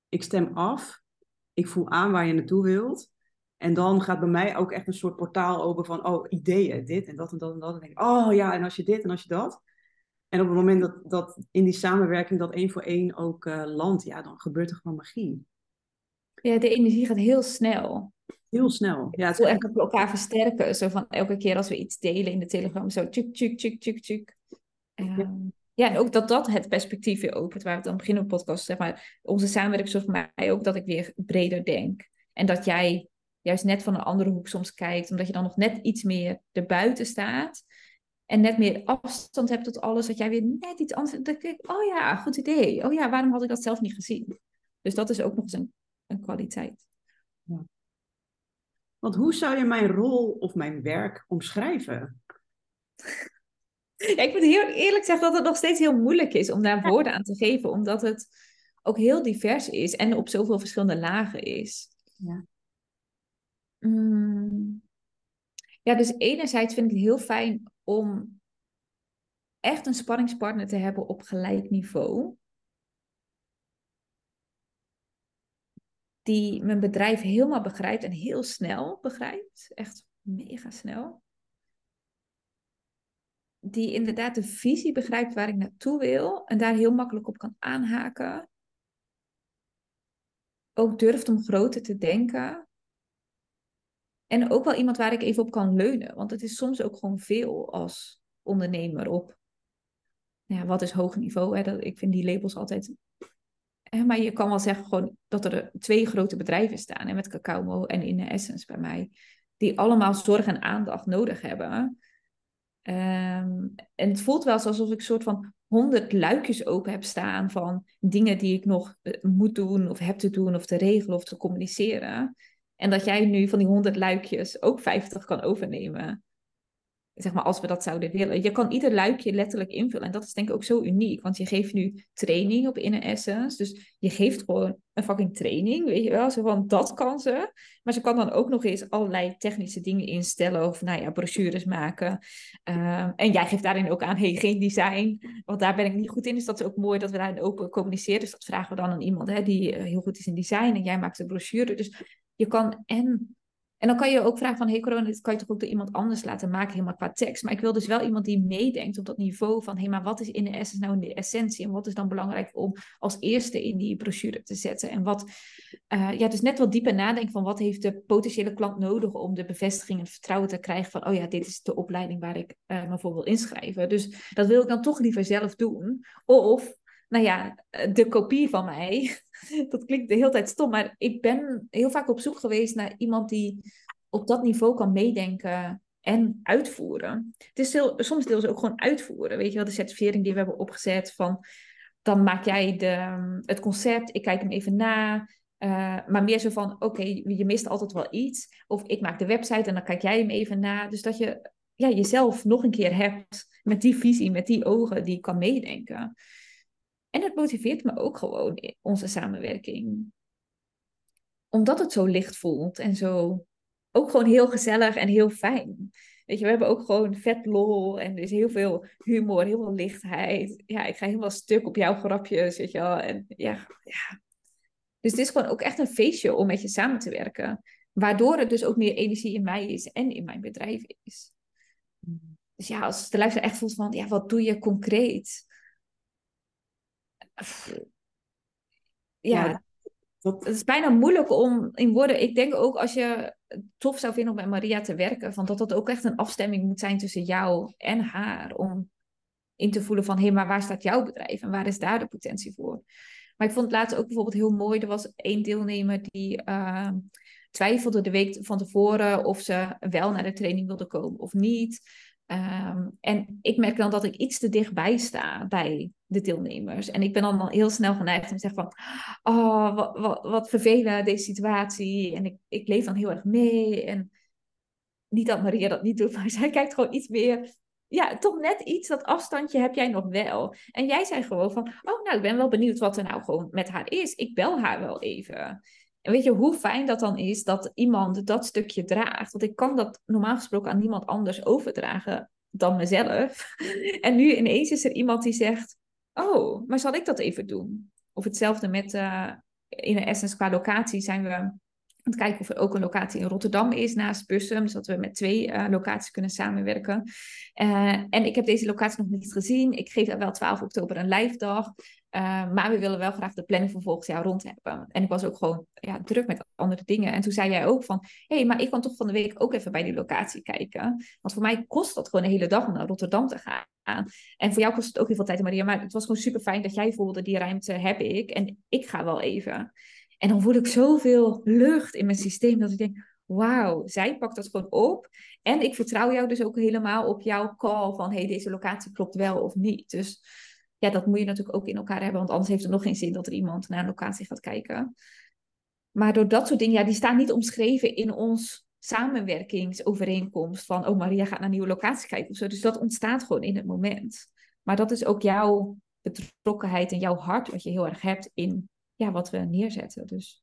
ik stem af, ik voel aan waar je naartoe wilt. En dan gaat bij mij ook echt een soort portaal open van, oh, ideeën, dit en dat en dat en dat. En denk ik, oh ja, en als je dit en als je dat. En op het moment dat, dat in die samenwerking dat één voor één ook uh, landt, ja, dan gebeurt er gewoon magie. Ja, de energie gaat heel snel. Heel snel. Ja, Ik het is voel echt eigenlijk... dat we elkaar versterken. Zo van elke keer als we iets delen in de Telegram, zo tjuk, tjuk, tjuk, tjuk, tjuk. Ja, Um, ja, en ook dat dat het perspectief weer opent, waar we dan beginnen op podcast, zeg maar. Onze samenwerking zorgt voor mij ook dat ik weer breder denk. En dat jij juist net van een andere hoek soms kijkt, omdat je dan nog net iets meer erbuiten staat. En net meer afstand hebt tot alles, dat jij weer net iets anders... Dat ik denk, oh ja, goed idee. Oh ja, waarom had ik dat zelf niet gezien? Dus dat is ook nog eens een, een kwaliteit. ja. Want hoe zou je mijn rol of mijn werk omschrijven? Ja, ik moet heel eerlijk zeggen dat het nog steeds heel moeilijk is om daar woorden aan te geven, omdat het ook heel divers is en op zoveel verschillende lagen is. Ja. Mm. Ja, dus enerzijds vind ik het heel fijn om echt een sparringspartner te hebben op gelijk niveau, die mijn bedrijf helemaal begrijpt en heel snel begrijpt, echt mega snel. Die inderdaad de visie begrijpt waar ik naartoe wil en daar heel makkelijk op kan aanhaken. Ook durft om groter te denken. En ook wel iemand waar ik even op kan leunen. Want het is soms ook gewoon veel als ondernemer op... Ja, wat is hoog niveau? Hè? Dat, ik vind die labels altijd... Hè, maar je kan wel zeggen gewoon dat er twee grote bedrijven staan. Hè, met Cacao en In Essence bij mij. Die allemaal zorg en aandacht nodig hebben. Um, en het voelt wel alsof ik een soort van honderd luikjes open heb staan. Van dingen die ik nog uh, moet doen of heb te doen of te regelen of te communiceren. En dat jij nu van die honderd luikjes ook vijftig kan overnemen. Zeg maar, als we dat zouden willen. Je kan ieder luikje letterlijk invullen. En dat is denk ik ook zo uniek. Want je geeft nu training op Inner Essence. Dus je geeft gewoon een fucking training. Weet je wel? Zo van, dat kan ze. Maar ze kan dan ook nog eens allerlei technische dingen instellen. Of, nou ja, brochures maken. Um, en jij geeft daarin ook aan, hey, geen design. Want daar ben ik niet goed in. Dus dat is ook mooi dat we daarin open communiceren. Dus dat vragen we dan aan iemand, hè, die heel goed is in design. En jij maakt de brochure. Dus je kan en... En dan kan je ook vragen van, hey corona, dit kan je toch ook door iemand anders laten maken, helemaal qua tekst. Maar ik wil dus wel iemand die meedenkt op dat niveau van, hey, maar wat is in de essence nou in de essentie? En wat is dan belangrijk om als eerste in die brochure te zetten? En wat, uh, ja, dus net wat dieper nadenken van, wat heeft de potentiële klant nodig om de bevestiging en het vertrouwen te krijgen van, oh ja, dit is de opleiding waar ik uh, me voor wil inschrijven. Dus dat wil ik dan toch liever zelf doen. Of... Nou ja, de kopie van mij, dat klinkt de hele tijd stom, maar ik ben heel vaak op zoek geweest naar iemand die op dat niveau kan meedenken en uitvoeren. Het is heel, soms deels ook gewoon uitvoeren, weet je wel, de certificering die we hebben opgezet van, dan maak jij de, het concept, ik kijk hem even na, uh, maar meer zo van, oké, okay, je mist altijd wel iets, of ik maak de website en dan kijk jij hem even na, dus dat je ja, jezelf nog een keer hebt met die visie, met die ogen die kan meedenken. En het motiveert me ook gewoon in onze samenwerking. Omdat het zo licht voelt en zo ook gewoon heel gezellig en heel fijn. Weet je, we hebben ook gewoon vet lol en er is heel veel humor, heel veel lichtheid. Ja, ik ga helemaal stuk op jouw grapjes, weet je wel. En ja, ja. Dus het is gewoon ook echt een feestje om met je samen te werken. Waardoor er dus ook meer energie in mij is en in mijn bedrijf is. Dus ja, als de luisteraar echt voelt van, ja, wat doe je concreet? Ja, ja dat... het is bijna moeilijk om in woorden. Ik denk ook als je het tof zou vinden om met Maria te werken, van dat dat ook echt een afstemming moet zijn tussen jou en haar. Om in te voelen van, hé, hey, maar waar staat jouw bedrijf en waar is daar de potentie voor? Maar ik vond het laatst ook bijvoorbeeld heel mooi. Er was één deelnemer die uh, twijfelde de week van tevoren of ze wel naar de training wilde komen of niet. Um, en ik merk dan dat ik iets te dichtbij sta bij de deelnemers. En ik ben dan heel snel geneigd om te zeggen van, oh, wat, wat, wat vervelend deze situatie. En ik, ik leef dan heel erg mee. En niet dat Maria dat niet doet, maar zij kijkt gewoon iets meer... Ja, toch net iets, dat afstandje heb jij nog wel. En jij zei gewoon van, oh, nou, ik ben wel benieuwd wat er nou gewoon met haar is. Ik bel haar wel even. En weet je hoe fijn dat dan is dat iemand dat stukje draagt? Want ik kan dat normaal gesproken aan niemand anders overdragen dan mezelf. En nu ineens is er iemand die zegt, oh, maar zal ik dat even doen? Of hetzelfde met uh, in Essence qua locatie zijn we aan het kijken of er ook een locatie in Rotterdam is naast Bussum, zodat we met twee uh, locaties kunnen samenwerken. Uh, en ik heb deze locatie nog niet gezien. Ik geef wel twaalf oktober een live dag. Uh, maar we willen wel graag de planning voor volgend jaar rond hebben. En ik was ook gewoon ja, druk met andere dingen. En toen zei jij ook van, hé, hey, maar ik kan toch van de week ook even bij die locatie kijken. Want voor mij kost dat gewoon een hele dag om naar Rotterdam te gaan. En voor jou kost het ook heel veel tijd, Maria. Maar het was gewoon super fijn dat jij voelde, die ruimte heb ik. En ik ga wel even. En dan voel ik zoveel lucht in mijn systeem dat ik denk, wauw, zij pakt dat gewoon op. En ik vertrouw jou dus ook helemaal op jouw call van, hé, hey, deze locatie klopt wel of niet. Dus ja, dat moet je natuurlijk ook in elkaar hebben, want anders heeft het nog geen zin dat er iemand naar een locatie gaat kijken. Maar door dat soort dingen, ja, die staan niet omschreven in ons samenwerkingsovereenkomst van, oh, Maria gaat naar een nieuwe locatie kijken of zo. Dus dat ontstaat gewoon in het moment. Maar dat is ook jouw betrokkenheid en jouw hart wat je heel erg hebt in ja, wat we neerzetten. Dus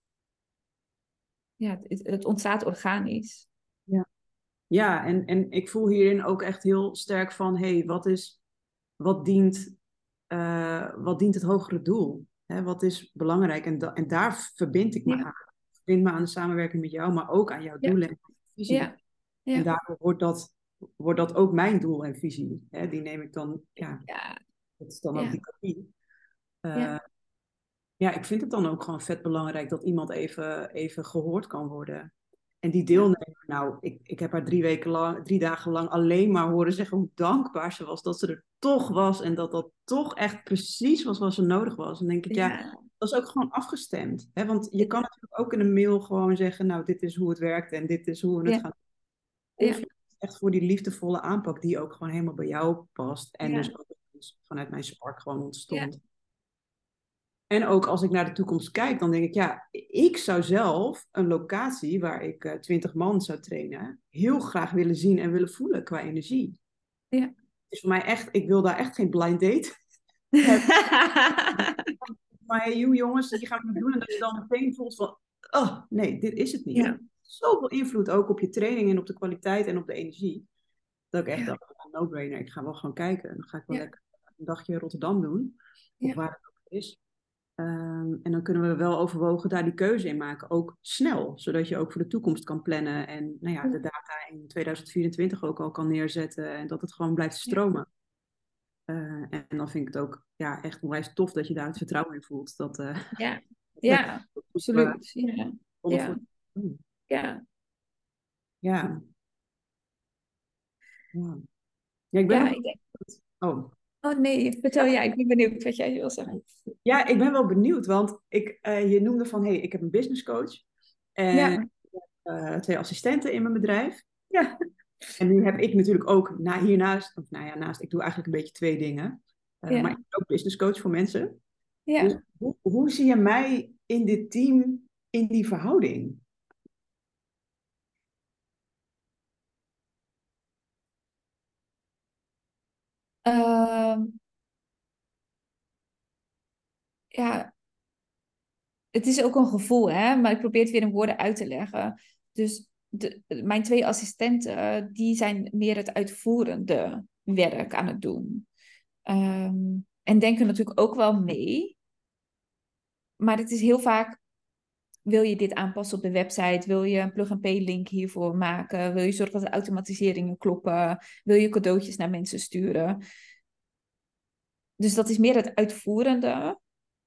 ja, het, het ontstaat organisch. Ja, ja en, en ik voel hierin ook echt heel sterk van, hé, hey, wat is, wat dient, uh, wat dient het hogere doel? Hè, wat is belangrijk? En, da- en daar verbind ik me Ja. aan. Ik verbind me aan de samenwerking met jou, maar ook aan jouw Ja. doelen en visie. Ja. Ja. En daardoor wordt dat, wordt dat ook mijn doel en visie. Hè? Die neem ik dan, ja, Ja. dat is dan Ja. ook die kopie. Uh, Ja. ja, ik vind het dan ook gewoon vet belangrijk dat iemand even, even gehoord kan worden. En die deelnemer, nou, ik, ik heb haar drie weken lang, drie dagen lang alleen maar horen zeggen hoe dankbaar ze was dat ze er toch was en dat dat toch echt precies was wat ze nodig was. En dan denk ik, ja, Ja. dat is ook gewoon afgestemd. Hè? Want je kan natuurlijk ook in een mail gewoon zeggen, nou, dit is hoe het werkt en dit is hoe we het Ja. gaan doen. Of Ja. echt voor die liefdevolle aanpak die ook gewoon helemaal bij jou past. En Ja. dus ook vanuit mijn spark gewoon ontstond. Ja. En ook als ik naar de toekomst kijk, dan denk ik, ja, ik zou zelf een locatie waar ik uh, twintig man zou trainen, heel graag willen zien en willen voelen qua energie. Ja. Het is voor mij echt, ik wil daar echt geen blind date. Maar hey, you, jongens, die gaan we doen. En dat je dan meteen voelt van, oh nee, dit is het niet. Ja. Zoveel invloed ook op je training en op de kwaliteit en op de energie. Dat ik echt Ja. dacht, no-brainer, ik ga wel gewoon kijken. Dan ga ik wel Ja. lekker een dagje in Rotterdam doen. Of Ja. waar het ook is. Um, en dan kunnen we wel overwogen daar die keuze in maken. Ook snel, zodat je ook voor de toekomst kan plannen. En nou ja, de data in tweeduizend vierentwintig ook al kan neerzetten. En dat het gewoon blijft stromen. Ja. Uh, en dan vind ik het ook ja, echt onwijs tof dat je daar het vertrouwen in voelt. Dat, uh, Ja, ja, absoluut. Ja. Ja. Ja. Ja. Ja. Ja, ik ben Ja, nog... ik denk... Oh. Oh nee, vertel jij. Ik ben benieuwd wat jij wil zeggen. Ja, ik ben wel benieuwd, want ik, uh, je noemde van, hé, hey, ik heb een business coach. En ja. uh, twee assistenten in mijn bedrijf. Ja. En nu heb ik natuurlijk ook na, hiernaast, of nou ja, naast, ik doe eigenlijk een beetje twee dingen. Uh, Ja. Maar ik ben ook business coach voor mensen. Ja. Dus hoe, hoe zie je mij in dit team, in die verhouding? Uh, ja, het is ook een gevoel, hè? Maar ik probeer het weer in woorden uit te leggen. Dus de, mijn twee assistenten, die zijn meer het uitvoerende werk aan het doen. Um, en denken natuurlijk ook wel mee. Maar het is heel vaak, wil je dit aanpassen op de website? Wil je een plug-and-pay link hiervoor maken? Wil je zorgen dat de automatiseringen kloppen? Wil je cadeautjes naar mensen sturen? Dus dat is meer het uitvoerende.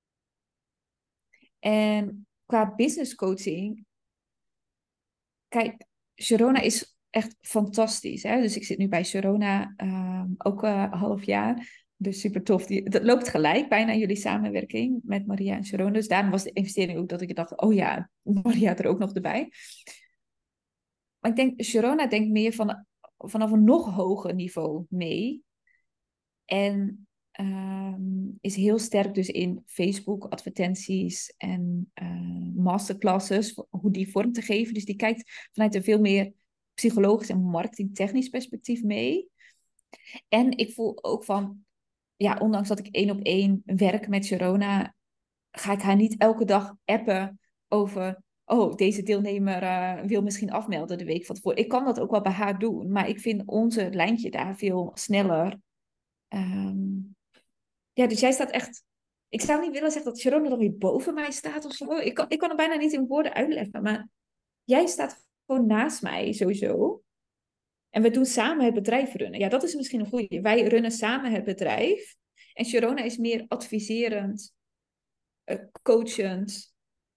En qua business coaching, kijk, Sharona is echt fantastisch. Hè? Dus ik zit nu bij Sharona um, ook uh, een half jaar. Dus super tof. Die, dat loopt gelijk bijna jullie samenwerking met Maria en Sharona. Dus daarom was de investering ook dat ik dacht, oh ja, Maria er ook nog erbij. Maar ik denk, Sharona denkt meer van, vanaf een nog hoger niveau mee. En um, is heel sterk dus in Facebook advertenties en uh, masterclasses, hoe die vorm te geven. Dus die kijkt vanuit een veel meer psychologisch en marketingtechnisch perspectief mee. En ik voel ook van, ja, ondanks dat ik één op één werk met Sharona, ga ik haar niet elke dag appen over, oh, deze deelnemer uh, wil misschien afmelden de week van tevoren. Ik kan dat ook wel bij haar doen, maar ik vind onze lijntje daar veel sneller. Um, ja, dus jij staat echt ik zou niet willen zeggen dat Sharona dan weer boven mij staat of zo. Ik kan, ik kan het bijna niet in woorden uitleggen. Maar jij staat gewoon naast mij sowieso. En we doen samen het bedrijf runnen. Ja, dat is misschien een goede. Wij runnen samen het bedrijf. En Sharona is meer adviserend, eh, coachend,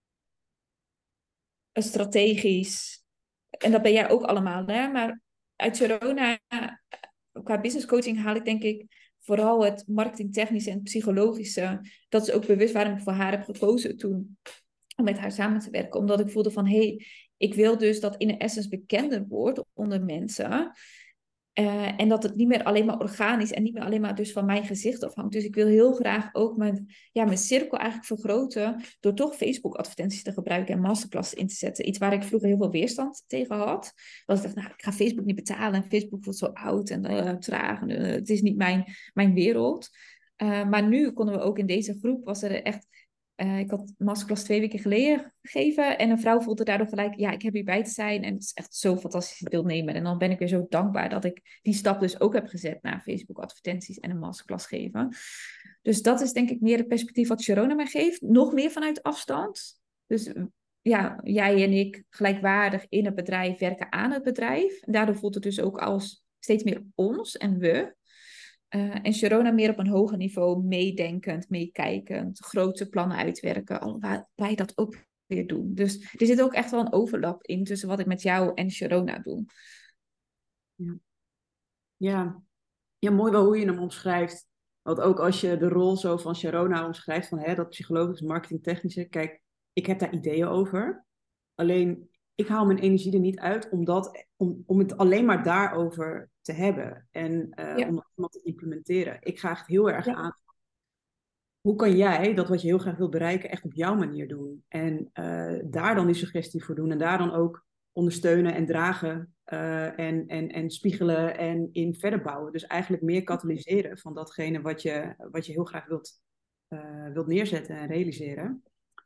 eh, strategisch. En dat ben jij ook allemaal, hè? Maar uit Sharona, eh, qua business coaching haal ik denk ik vooral het marketingtechnische en psychologische. Dat is ook bewust waarom ik voor haar heb gekozen toen om met haar samen te werken. Omdat ik voelde van, hé, hey, ik wil dus dat In Essence bekender wordt onder mensen. Uh, en dat het niet meer alleen maar organisch en niet meer alleen maar dus van mijn gezicht afhangt. Dus ik wil heel graag ook mijn, ja, mijn cirkel eigenlijk vergroten door toch Facebook advertenties te gebruiken en masterclass in te zetten. Iets waar ik vroeger heel veel weerstand tegen had. Dat ik dacht, nou, ik ga Facebook niet betalen en Facebook wordt zo oud en uh, traag. En, uh, het is niet mijn, mijn wereld. Uh, maar nu konden we ook in deze groep, was er echt... Uh, ik had masterclass twee weken geleden gegeven. En een vrouw voelde daardoor gelijk, ja, ik heb hierbij te zijn. En het is echt zo fantastisch deelnemen. En dan ben ik weer zo dankbaar dat ik die stap dus ook heb gezet naar Facebook advertenties en een masterclass geven. Dus dat is denk ik meer het perspectief wat Sharona mij geeft. Nog meer vanuit afstand. Dus ja, jij en ik gelijkwaardig in het bedrijf werken aan het bedrijf. En daardoor voelt het dus ook als steeds meer ons en we. Uh, en Sharona meer op een hoger niveau, meedenkend, meekijkend, grote plannen uitwerken, alhoewel wij dat ook weer doen. Dus er zit ook echt wel een overlap in tussen wat ik met jou en Sharona doe. Ja. Ja. Ja, mooi wel hoe je hem omschrijft. Want ook als je de rol zo van Sharona omschrijft, van hè, dat psychologisch, marketingtechnische, kijk, ik heb daar ideeën over. Alleen, ik haal mijn energie er niet uit om, dat, om, om het alleen maar daarover te hebben. En uh, Ja. om dat te implementeren. Ik ga echt heel erg Ja. aan. Hoe kan jij dat wat je heel graag wilt bereiken echt op jouw manier doen? En uh, daar dan die suggestie voor doen. En daar dan ook ondersteunen en dragen uh, en, en, en spiegelen en in verder bouwen. Dus eigenlijk meer katalyseren van datgene wat je, wat je heel graag wilt, uh, wilt neerzetten en realiseren.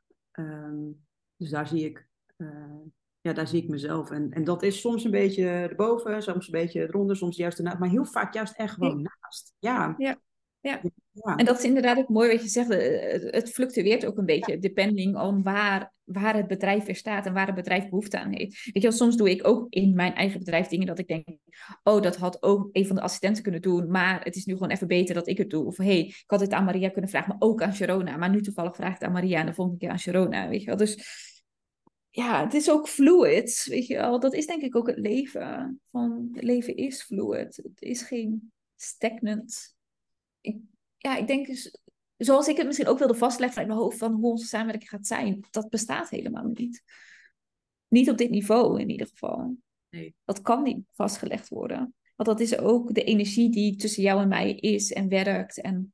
Um, dus daar zie ik, uh, ja, daar zie ik mezelf. En, en dat is soms een beetje erboven, soms een beetje eronder, soms juist ernaast. Maar heel vaak juist echt gewoon naast. Ja. Ja. Ja. Ja. En dat is inderdaad ook mooi wat je zegt. Het, het fluctueert ook een beetje, depending on waar, waar het bedrijf weer staat en waar het bedrijf behoefte aan heeft. Weet je wel, soms doe ik ook in mijn eigen bedrijf dingen dat ik denk, oh, dat had ook een van de assistenten kunnen doen, maar het is nu gewoon even beter dat ik het doe. Of hé, hey, ik had het aan Maria kunnen vragen, maar ook aan Sharona. Maar nu toevallig vraag ik het aan Maria en de volgende keer aan Sharona, weet je wel. Dus ja, het is ook fluid, weet je wel. Dat is denk ik ook het leven. Van, het leven is fluid. Het is geen stagnant. Ik, ja, ik denk dus, zoals ik het misschien ook wilde vastleggen in mijn hoofd van hoe onze samenwerking gaat zijn, dat bestaat helemaal niet. Niet op dit niveau in ieder geval. Nee. Dat kan niet vastgelegd worden. Want dat is ook de energie die tussen jou en mij is en werkt. En...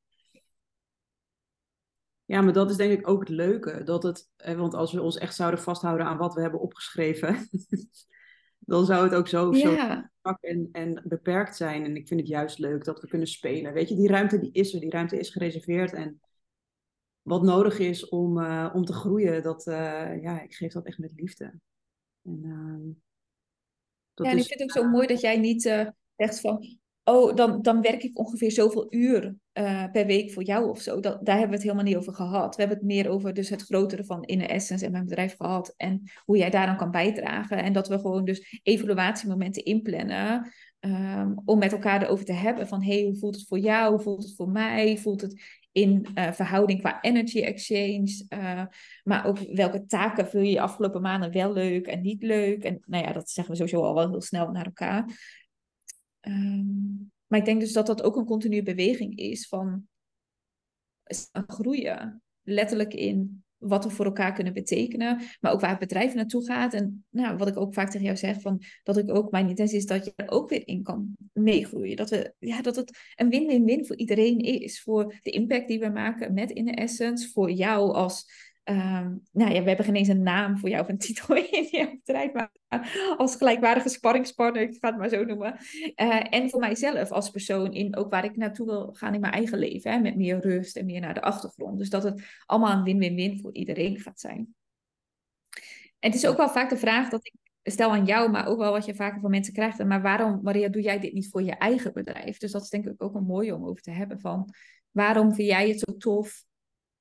Ja, maar dat is denk ik ook het leuke. Dat het, want als we ons echt zouden vasthouden aan wat we hebben opgeschreven, dan zou het ook zo, ja. zo strak en, en beperkt zijn. En ik vind het juist leuk dat we kunnen spelen. Weet je, die ruimte die is er, die ruimte is gereserveerd. En wat nodig is om, uh, om te groeien, dat, uh, ja, ik geef dat echt met liefde. En, uh, dat Ja, en is, ik vind het ook zo mooi dat jij niet uh, zegt van, oh, dan, dan werk ik ongeveer zoveel uur uh, per week voor jou of zo. Dat, daar hebben we het helemaal niet over gehad. We hebben het meer over dus het grotere van In Essence en mijn bedrijf gehad. En hoe jij daar dan kan bijdragen. En dat we gewoon dus evaluatiemomenten inplannen. Um, om met elkaar erover te hebben van, hey, hoe voelt het voor jou? Hoe voelt het voor mij? Voelt het in uh, verhouding qua energy exchange? Uh, maar ook welke taken vul je je afgelopen maanden wel leuk en niet leuk? En nou ja, dat zeggen we sowieso al wel heel snel naar elkaar. Um, maar ik denk dus dat dat ook een continue beweging is van groeien. Letterlijk in wat we voor elkaar kunnen betekenen, maar ook waar het bedrijf naartoe gaat. En nou, wat ik ook vaak tegen jou zeg, van, dat ik ook, mijn intentie is dat je er ook weer in kan meegroeien. Dat, we, ja, dat het een win-win-win voor iedereen is. Voor de impact die we maken met In Essence, voor jou als... Um, nou ja, we hebben geen eens een naam voor jou of een titel in je bedrijf, maar als gelijkwaardige sparringspartner, ik ga het maar zo noemen. Uh, en voor mijzelf als persoon, in ook waar ik naartoe wil gaan in mijn eigen leven, hè, met meer rust en meer naar de achtergrond. Dus dat het allemaal een win-win-win voor iedereen gaat zijn. En het is ook wel vaak de vraag dat ik stel aan jou, maar ook wel wat je vaker van mensen krijgt. Maar waarom, Maria, doe jij dit niet voor je eigen bedrijf? Dus dat is denk ik ook een mooie om over te hebben van, waarom vind jij het zo tof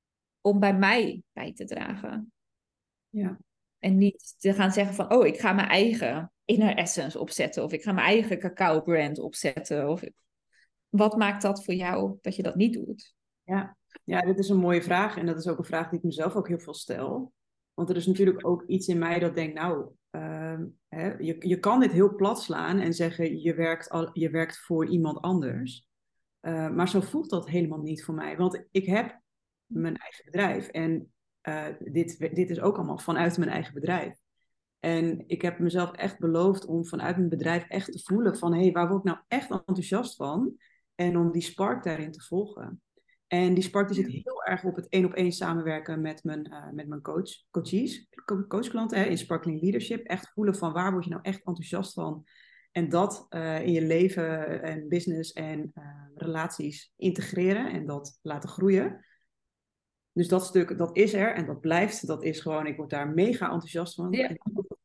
om bij mij bij te dragen. Ja. En niet te gaan zeggen van, oh, ik ga mijn eigen Inner Essence opzetten. Of ik ga mijn eigen cacao brand opzetten. Of wat maakt dat voor jou dat je dat niet doet? Ja. Ja, dit is een mooie vraag. En dat is ook een vraag die ik mezelf ook heel veel stel. Want er is natuurlijk ook iets in mij dat denkt, nou, ehm, hè, je, je kan dit heel plat slaan en zeggen, je werkt, al, je werkt voor iemand anders. Uh, maar zo voelt dat helemaal niet voor mij. Want ik heb mijn eigen bedrijf. En uh, dit, dit is ook allemaal vanuit mijn eigen bedrijf. En ik heb mezelf echt beloofd om vanuit mijn bedrijf echt te voelen van, hé, hey, waar word ik nou echt enthousiast van? En om die spark daarin te volgen. En die spark die zit heel erg op het één op één samenwerken met mijn, uh, met mijn coach, coaches, coachklanten hè, in Sparkling Leadership. Echt voelen van waar word je nou echt enthousiast van? En dat uh, in je leven en business en uh, relaties integreren en dat laten groeien. Dus dat stuk, dat is er en dat blijft. Dat is gewoon, ik word daar mega enthousiast van. Ja. En,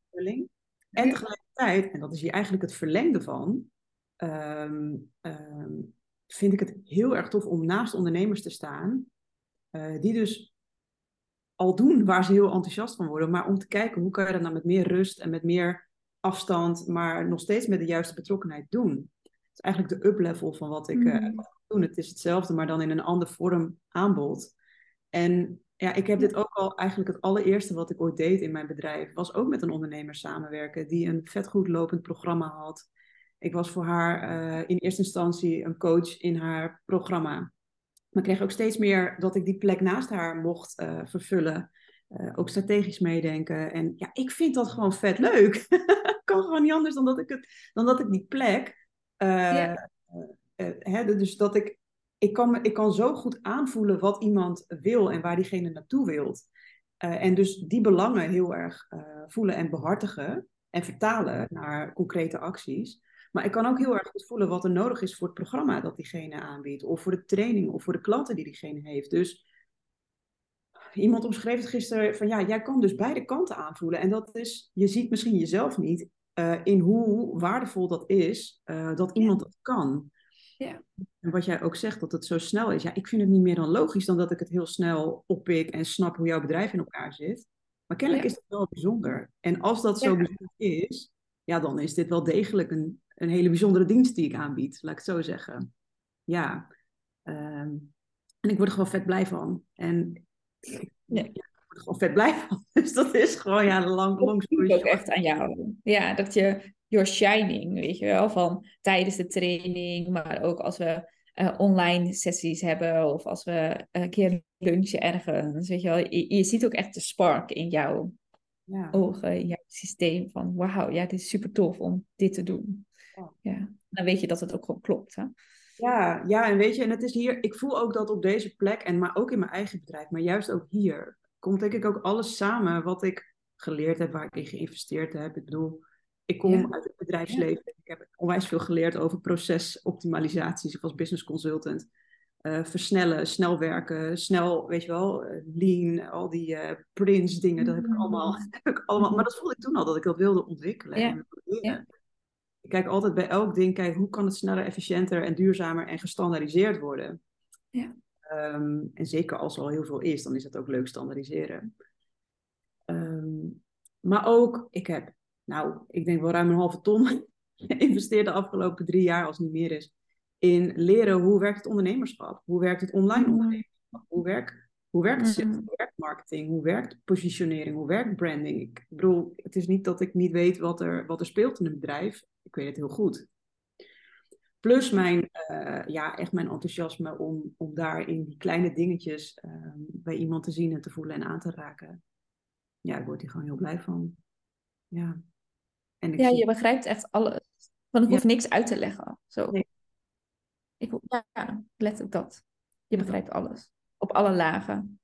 en tegelijkertijd, en dat is hier eigenlijk het verlengde van, um, um, vind ik het heel erg tof om naast ondernemers te staan, uh, die dus al doen waar ze heel enthousiast van worden, maar om te kijken hoe kan je dat nou met meer rust en met meer afstand, maar nog steeds met de juiste betrokkenheid doen. Het is eigenlijk de up-level van wat ik uh, mm. doe. Het is hetzelfde, maar dan in een ander vorm aanbod. En ja, ik heb dit ook al eigenlijk het allereerste wat ik ooit deed in mijn bedrijf, was ook met een ondernemer samenwerken die een vet goed lopend programma had. Ik was voor haar uh, in eerste instantie een coach in haar programma. Maar ik kreeg ook steeds meer dat ik die plek naast haar mocht uh, vervullen. Uh, ook strategisch meedenken. En ja, ik vind dat gewoon vet leuk. Ik kan gewoon niet anders dan dat ik, het, dan dat ik die plek... Uh, ja. uh, uh, hè, dus dat ik... Ik kan, me, ik kan zo goed aanvoelen wat iemand wil en waar diegene naartoe wilt. Uh, en dus die belangen heel erg uh, voelen en behartigen. En vertalen naar concrete acties. Maar ik kan ook heel erg goed voelen wat er nodig is voor het programma dat diegene aanbiedt. Of voor de training of voor de klanten die diegene heeft. Dus iemand omschreef het gisteren van ja, jij kan dus beide kanten aanvoelen. En dat is, je ziet misschien jezelf niet uh, in hoe waardevol dat is uh, dat iemand dat kan. Ja. En wat jij ook zegt, dat het zo snel is. Ja, ik vind het niet meer dan logisch dan dat ik het heel snel oppik en snap hoe jouw bedrijf in elkaar zit. Maar kennelijk ja. is dat wel bijzonder. En als dat zo ja. bijzonder is, ja, dan is dit wel degelijk een, een hele bijzondere dienst die ik aanbied, laat ik het zo zeggen. Ja. Um, en ik word er gewoon vet blij van. En ik, ja. Ja, ik word er gewoon vet blij van. Dus dat is gewoon, ja, lang, lang story ook echt aan jou. Ja, dat je, your shining, weet je wel, van tijdens de training, maar ook als we uh, online sessies hebben of als we een keer lunchen ergens, weet je wel. Je, je ziet ook echt de spark in jouw ja. ogen, in jouw systeem van wauw, ja, dit is super tof om dit te doen. Ja. Ja. Dan weet je dat het ook gewoon klopt, hè? Ja, ja, en weet je, en het is hier, ik voel ook dat op deze plek, en maar ook in mijn eigen bedrijf, maar juist ook hier, komt denk ik ook alles samen wat ik geleerd heb, waar ik in geïnvesteerd heb. Ik bedoel, ik kom ja. uit het bedrijfsleven. Ja. Ik heb onwijs veel geleerd over procesoptimalisaties. Ik was business consultant. Uh, versnellen, snel werken, snel, weet je wel, uh, lean, al die uh, Prince dingen, dat heb ik allemaal, heb ik allemaal. Maar dat voelde ik toen al, dat ik dat wilde ontwikkelen. Ja. En ja. Ik kijk altijd bij elk ding, kijk, hoe kan het sneller, efficiënter en duurzamer en gestandaardiseerd worden? Ja. Um, en zeker als er al heel veel is, dan is het ook leuk standaardiseren. Um, maar ook, ik heb, nou, ik denk wel ruim een halve ton geïnvesteerd de afgelopen drie jaar, als het niet meer is, in leren hoe werkt het ondernemerschap? Hoe werkt het online mm. ondernemerschap? Hoe werkt, hoe werkt het mm. hoe werkt marketing? Hoe werkt positionering? Hoe werkt branding? Ik bedoel, het is niet dat ik niet weet wat er, wat er speelt in een bedrijf. Ik weet het heel goed. Plus mijn, uh, ja, echt mijn enthousiasme om, om daar in die kleine dingetjes uh, bij iemand te zien en te voelen en aan te raken. Ja, ik word hier gewoon heel blij van. Ja, en ik ja zie... je begrijpt echt alles. Want ik hoef ja. niks uit te leggen. Zo. Nee. Ik, ja, letterlijk dat. Je begrijpt alles. Op alle lagen.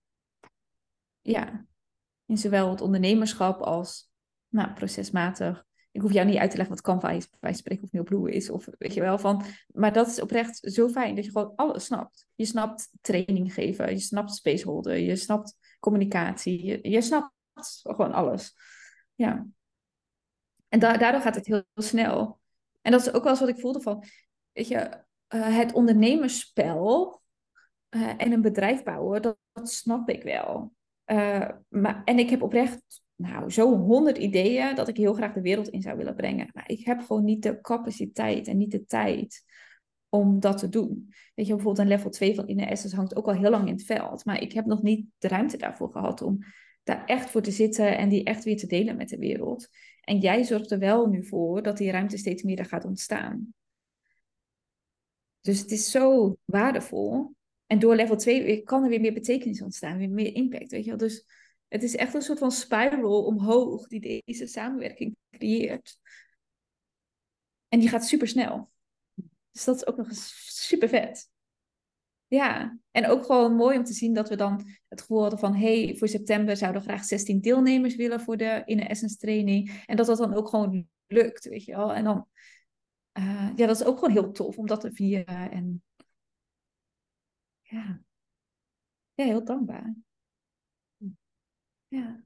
Ja. In zowel het ondernemerschap als nou, procesmatig. Ik hoef jou niet uit te leggen wat Canva is, bij spreken of Mailblue is. Of weet je wel van. Maar dat is oprecht zo fijn dat je gewoon alles snapt. Je snapt training geven. Je snapt spaceholder. Je snapt communicatie. Je, je snapt gewoon alles. Ja. En da- daardoor gaat het heel, heel snel. En dat is ook wel eens wat ik voelde van. Weet je, uh, het ondernemerspel. uh, en een bedrijf bouwen, dat, dat snap ik wel. Uh, maar, en ik heb oprecht nou, zo'n honderd ideeën dat ik heel graag de wereld in zou willen brengen. Maar ik heb gewoon niet de capaciteit en niet de tijd om dat te doen. Weet je, bijvoorbeeld een level twee van Inner Essence hangt ook al heel lang in het veld. Maar ik heb nog niet de ruimte daarvoor gehad om daar echt voor te zitten en die echt weer te delen met de wereld. En jij zorgt er wel nu voor dat die ruimte steeds meer er gaat ontstaan. Dus het is zo waardevol. En door level twee kan er weer meer betekenis ontstaan, weer meer impact, weet je wel. Dus het is echt een soort van spiral omhoog die deze samenwerking creëert. En die gaat super snel. Dus dat is ook nog eens super vet. Ja, en ook gewoon mooi om te zien dat we dan het gevoel hadden van... hey, voor september zouden we graag zestien deelnemers willen voor de Inner Essence training. En dat dat dan ook gewoon lukt, weet je wel. En dan, uh, ja, dat is ook gewoon heel tof om dat te vieren. En ja, ja heel dankbaar. Ja.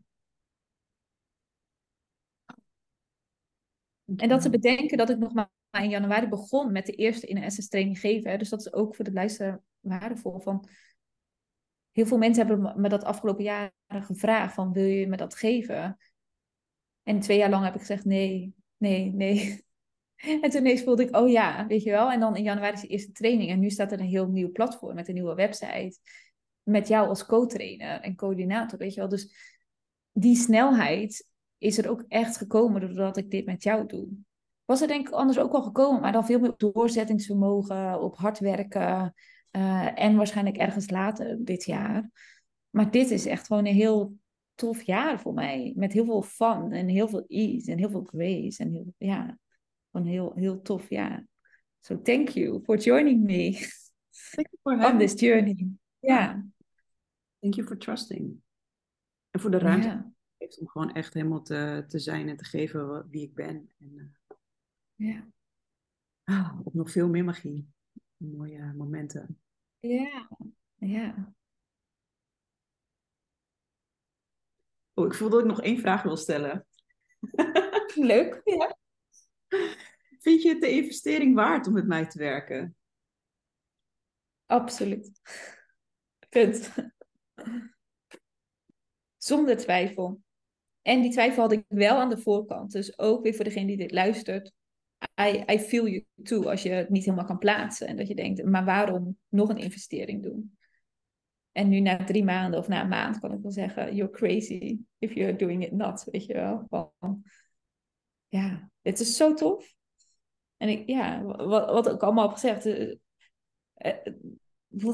En dat te bedenken dat ik nog maar in januari begon met de eerste Inner Essence training geven. Hè. Dus dat is ook voor de luisteraar waardevol. Van, heel veel mensen hebben me dat afgelopen jaren gevraagd van wil je me dat geven? En twee jaar lang heb ik gezegd nee, nee, nee. En toen ineens voelde ik, oh ja, weet je wel. En dan in januari is de eerste training. En nu staat er een heel nieuw platform met een nieuwe website. Met jou als co-trainer en coördinator, weet je wel. Dus die snelheid is er ook echt gekomen doordat ik dit met jou doe. Was er denk ik anders ook wel gekomen, maar dan veel meer op doorzettingsvermogen, op hard werken. Uh, en waarschijnlijk ergens later dit jaar. Maar dit is echt gewoon een heel tof jaar voor mij. Met heel veel fun en heel veel ease en heel veel grace. En heel, ja, gewoon heel, heel tof jaar. So thank you for joining me Thank you for on this journey. Ja. Yeah. Thank you for trusting. En voor de ruimte Yeah. om gewoon echt helemaal te, te zijn en te geven wie ik ben. En, uh, yeah. ah, op nog veel meer magie. Mooie momenten. Ja, ja. Oh, ik voel dat ik nog één vraag wil stellen. Leuk. Ja. Vind je het de investering waard om met mij te werken? Absoluut. Punt. Zonder twijfel. En die twijfel had ik wel aan de voorkant. Dus ook weer voor degene die dit luistert. I, I feel you too. Als je het niet helemaal kan plaatsen. En dat je denkt, maar waarom nog een investering doen? En nu na drie maanden of na een maand kan ik wel zeggen... You're crazy if you're doing it not. Weet je wel. Van, ja, het is zo tof. En ik, ja, wat, wat ik allemaal heb gezegd... Uh, uh,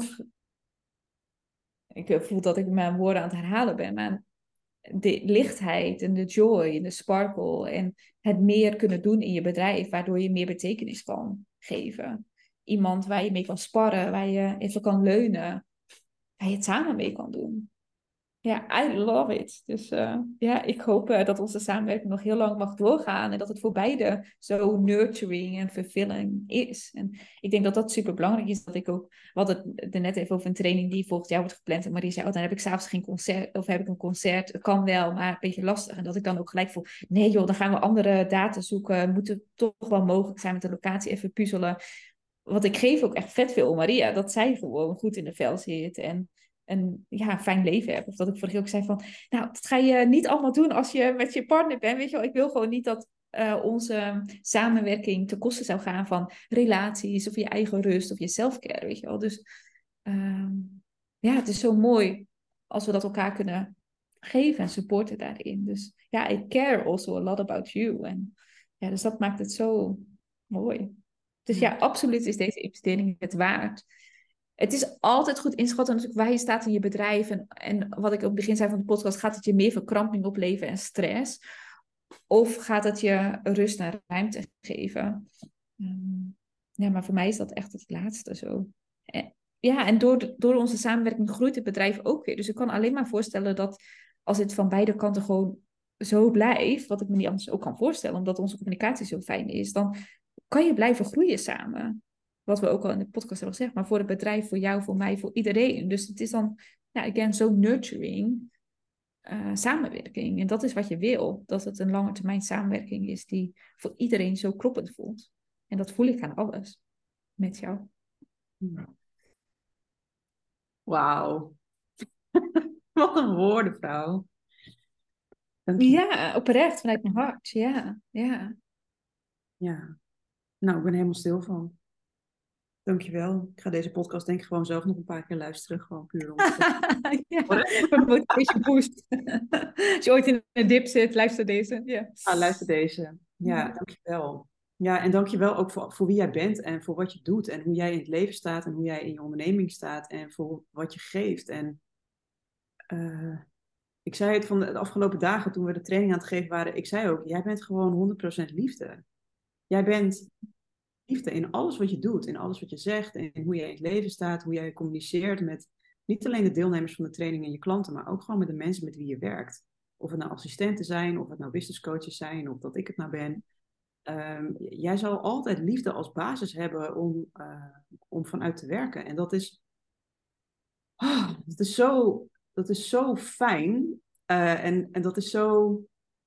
ik voel dat ik mijn woorden aan het herhalen ben. Maar de lichtheid en de joy en de sparkle en het meer kunnen doen in je bedrijf, waardoor je meer betekenis kan geven. Iemand waar je mee kan sparren, waar je even kan leunen, waar je het samen mee kan doen. Ja, I love it. Dus uh, ja, ik hoop uh, dat onze samenwerking nog heel lang mag doorgaan en dat het voor beide zo nurturing en fulfilling is. En ik denk dat dat super belangrijk is. Dat ik ook, we hadden het er net even over een training die volgend jaar wordt gepland. En Marie zei, oh, dan heb ik s'avonds geen concert, of heb ik een concert. Het kan wel, maar een beetje lastig. En dat ik dan ook gelijk voel, nee joh, dan gaan we andere data zoeken. Moet het toch wel mogelijk zijn met de locatie even puzzelen. Want ik geef ook echt vet veel om Maria, dat zij gewoon goed in de vel zit en een ja, fijn leven heb. Of dat ik vorige keer ook zei van... Nou, dat ga je niet allemaal doen als je met je partner bent. Weet je wel, ik wil gewoon niet dat uh, onze samenwerking ten koste zou gaan van relaties of je eigen rust of je selfcare, weet je wel. Dus uh, ja, het is zo mooi als we dat elkaar kunnen geven en supporten daarin. Dus ja, I care also a lot about you. En ja, dus dat maakt het zo mooi. Dus ja, absoluut is deze investering het waard. Het is altijd goed inschatten natuurlijk waar je staat in je bedrijf. En, en wat ik op het begin zei van de podcast, gaat het je meer verkramping opleveren en stress? Of gaat het je rust en ruimte geven? Um, ja, maar voor mij is dat echt het laatste zo. En, ja, en door, de, door onze samenwerking groeit het bedrijf ook weer. Dus ik kan alleen maar voorstellen dat als het van beide kanten gewoon zo blijft, wat ik me niet anders ook kan voorstellen, omdat onze communicatie zo fijn is, dan kan je blijven groeien samen. Wat we ook al in de podcast hebben gezegd, maar voor het bedrijf, voor jou, voor mij, voor iedereen. Dus het is dan, ja, again, zo nurturing uh, samenwerking. En dat is wat je wil. Dat het een lange termijn samenwerking is die voor iedereen zo kloppend voelt. En dat voel ik aan alles met jou. Ja. Wauw. Wat een woorden, vrouw. Dank je. Ja, oprecht, vanuit mijn hart. Ja, ja. Ja. Nou, ik ben er helemaal stil van. Dankjewel. Ik ga deze podcast denk ik gewoon zelf nog een paar keer luisteren. Gewoon puur om te... Ja, voor de motivation boost. Als je ooit in een dip zit, luister deze. Ja. Ah, luister deze. Ja, dankjewel. Ja, en dankjewel ook voor, voor wie jij bent en voor wat je doet. En hoe jij in het leven staat en hoe jij in je onderneming staat. En voor wat je geeft. En eh, ik zei het van de, de afgelopen dagen toen we de training aan het geven waren. Ik zei ook, jij bent gewoon honderd procent liefde. Jij bent liefde in alles wat je doet. In alles wat je zegt. En hoe jij in het leven staat. Hoe jij communiceert met niet alleen de deelnemers van de training en je klanten. Maar ook gewoon met de mensen met wie je werkt. Of het nou assistenten zijn. Of het nou business coaches zijn. Of dat ik het nou ben. Um, jij zal altijd liefde als basis hebben om, uh, om vanuit te werken. En dat is, oh, dat is, zo, dat is zo fijn. Uh, en, en dat is zo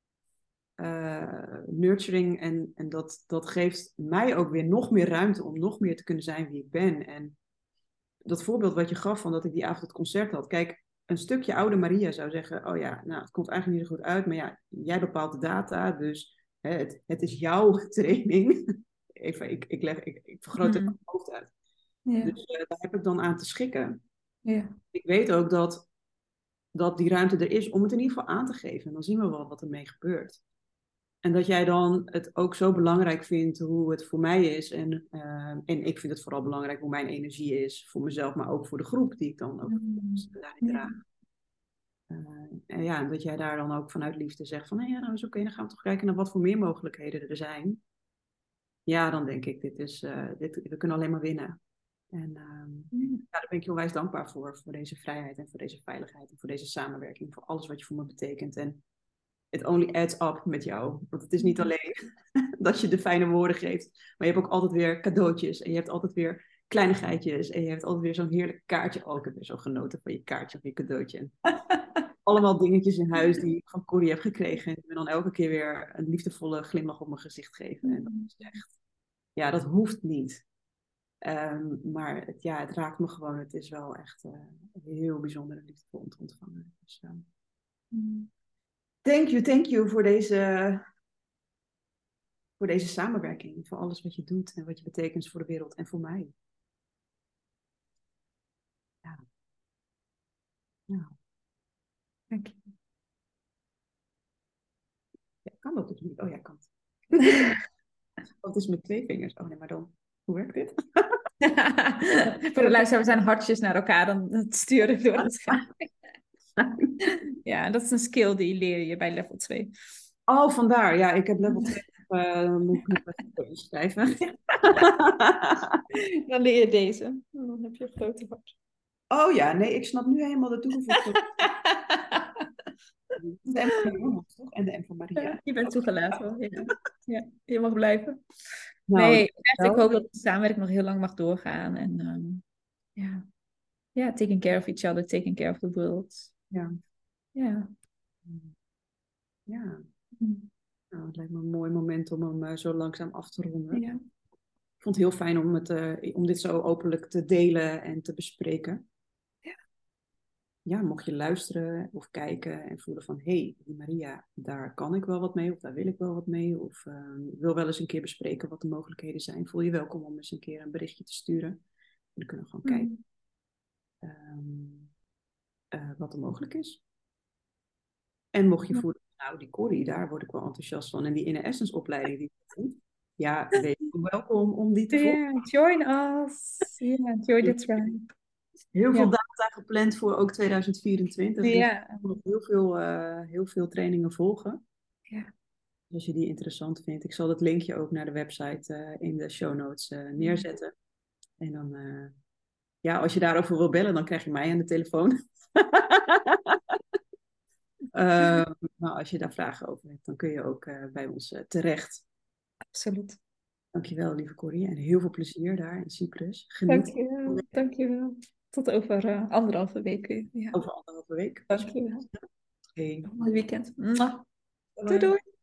uh, nurturing. En, en dat, dat geeft mij ook weer nog meer ruimte om nog meer te kunnen zijn wie ik ben. En dat voorbeeld wat je gaf van dat ik die avond het concert had. Kijk, een stukje oude Maria zou zeggen, oh ja, nou, het komt eigenlijk niet zo goed uit. Maar ja, jij bepaalt de data, dus... Het, het is jouw training. Even, ik, ik, leg, ik, ik vergroot het mm. hoofd uit. Ja. Dus uh, daar heb ik dan aan te schikken. Ja. Ik weet ook dat, dat die ruimte er is om het in ieder geval aan te geven. En dan zien we wel wat ermee gebeurt. En dat jij dan het ook zo belangrijk vindt hoe het voor mij is. En, uh, en ik vind het vooral belangrijk hoe mijn energie is. Voor mezelf, maar ook voor de groep die ik dan ook mm. daarin draag. Ja. Uh, en ja, dat jij daar dan ook vanuit liefde zegt van, hé, ja, nou is oké, okay, dan gaan we toch kijken naar wat voor meer mogelijkheden er zijn. Ja, dan denk ik, dit is, uh, dit, we kunnen alleen maar winnen. En uh, ja, daar ben ik je onwijs dankbaar voor, voor deze vrijheid en voor deze veiligheid en voor deze samenwerking, voor alles wat je voor me betekent. En it only adds up met jou. Want het is niet alleen dat je de fijne woorden geeft, maar je hebt ook altijd weer cadeautjes en je hebt altijd weer kleinigheidjes en je hebt altijd weer zo'n heerlijk kaartje. Oh, ik heb weer zo genoten van je kaartje of je cadeautje. Allemaal dingetjes in huis die ik van Corrie heb gekregen. En die me dan elke keer weer een liefdevolle glimlach op mijn gezicht geven. En dat is echt... Ja, dat hoeft niet. Um, maar het, ja, het raakt me gewoon. Het is wel echt uh, heel bijzonder en liefdevol om te ontvangen. Dus, uh, mm. Thank you, thank you voor deze, voor deze samenwerking. Voor alles wat je doet en wat je betekent voor de wereld en voor mij. Ja. Ja. Dank je. Ja, kan dat dus niet? Oh ja, kan het. Oh, het is met twee vingers. Oh nee, maar dan... Hoe werkt dit? Voor de luisteraar, we zijn hartjes naar elkaar dan het sturen door het scherm. Ja, dat is een skill die leer je bij level twee. Oh, vandaar. Ja, ik heb level twee. Uh, moet ik nog even inschrijven. Dan leer je deze. Dan heb je een grote hart. Oh ja, nee, ik snap nu helemaal de toegevoegde. De M van Maria, toch? En de M van Maria. Ja, je bent toegelaten. Ja. Ja, je mag blijven. Nou, nee, echt, ik hoop dat de samenwerking nog heel lang mag doorgaan. En um, ja. ja, taking care of each other, taking care of the world. Ja. Ja. Ja. Mm. Nou, het lijkt me een mooi moment om hem uh, zo langzaam af te ronden. Ja. Ik vond het heel fijn om, het, uh, om dit zo openlijk te delen en te bespreken. Ja. Ja, mocht je luisteren of kijken en voelen van... hé, hey, die Maria, daar kan ik wel wat mee of daar wil ik wel wat mee... of uh, wil wel eens een keer bespreken wat de mogelijkheden zijn... voel je welkom om eens een keer een berichtje te sturen. En dan kunnen we gewoon mm. kijken um, uh, wat er mogelijk is. En mocht je ja. voelen, nou die Corrie, daar word ik wel enthousiast van... en die Inner Essence opleiding die ik doe... ja, wees welkom om die te volgen. Yeah, join us. Yeah, join the tribe. Heel veel ja. data gepland voor ook tweeduizend vierentwintig. Ja. Dus nog heel veel, uh, heel veel trainingen volgen. Ja. Dus als je die interessant vindt. Ik zal het linkje ook naar de website uh, in de show notes uh, neerzetten. En dan, uh, ja, als je daarover wil bellen, dan krijg je mij aan de telefoon. uh, maar als je daar vragen over hebt, dan kun je ook uh, bij ons uh, terecht. Absoluut. Dankjewel, lieve Corrie. En heel veel plezier daar in Cyprus. Geniet. Dankjewel. Dankjewel. Tot over uh, anderhalve week. Ja. Over anderhalve week. Dankjewel. Hey. Mooi weekend. Mwah. Doei doei.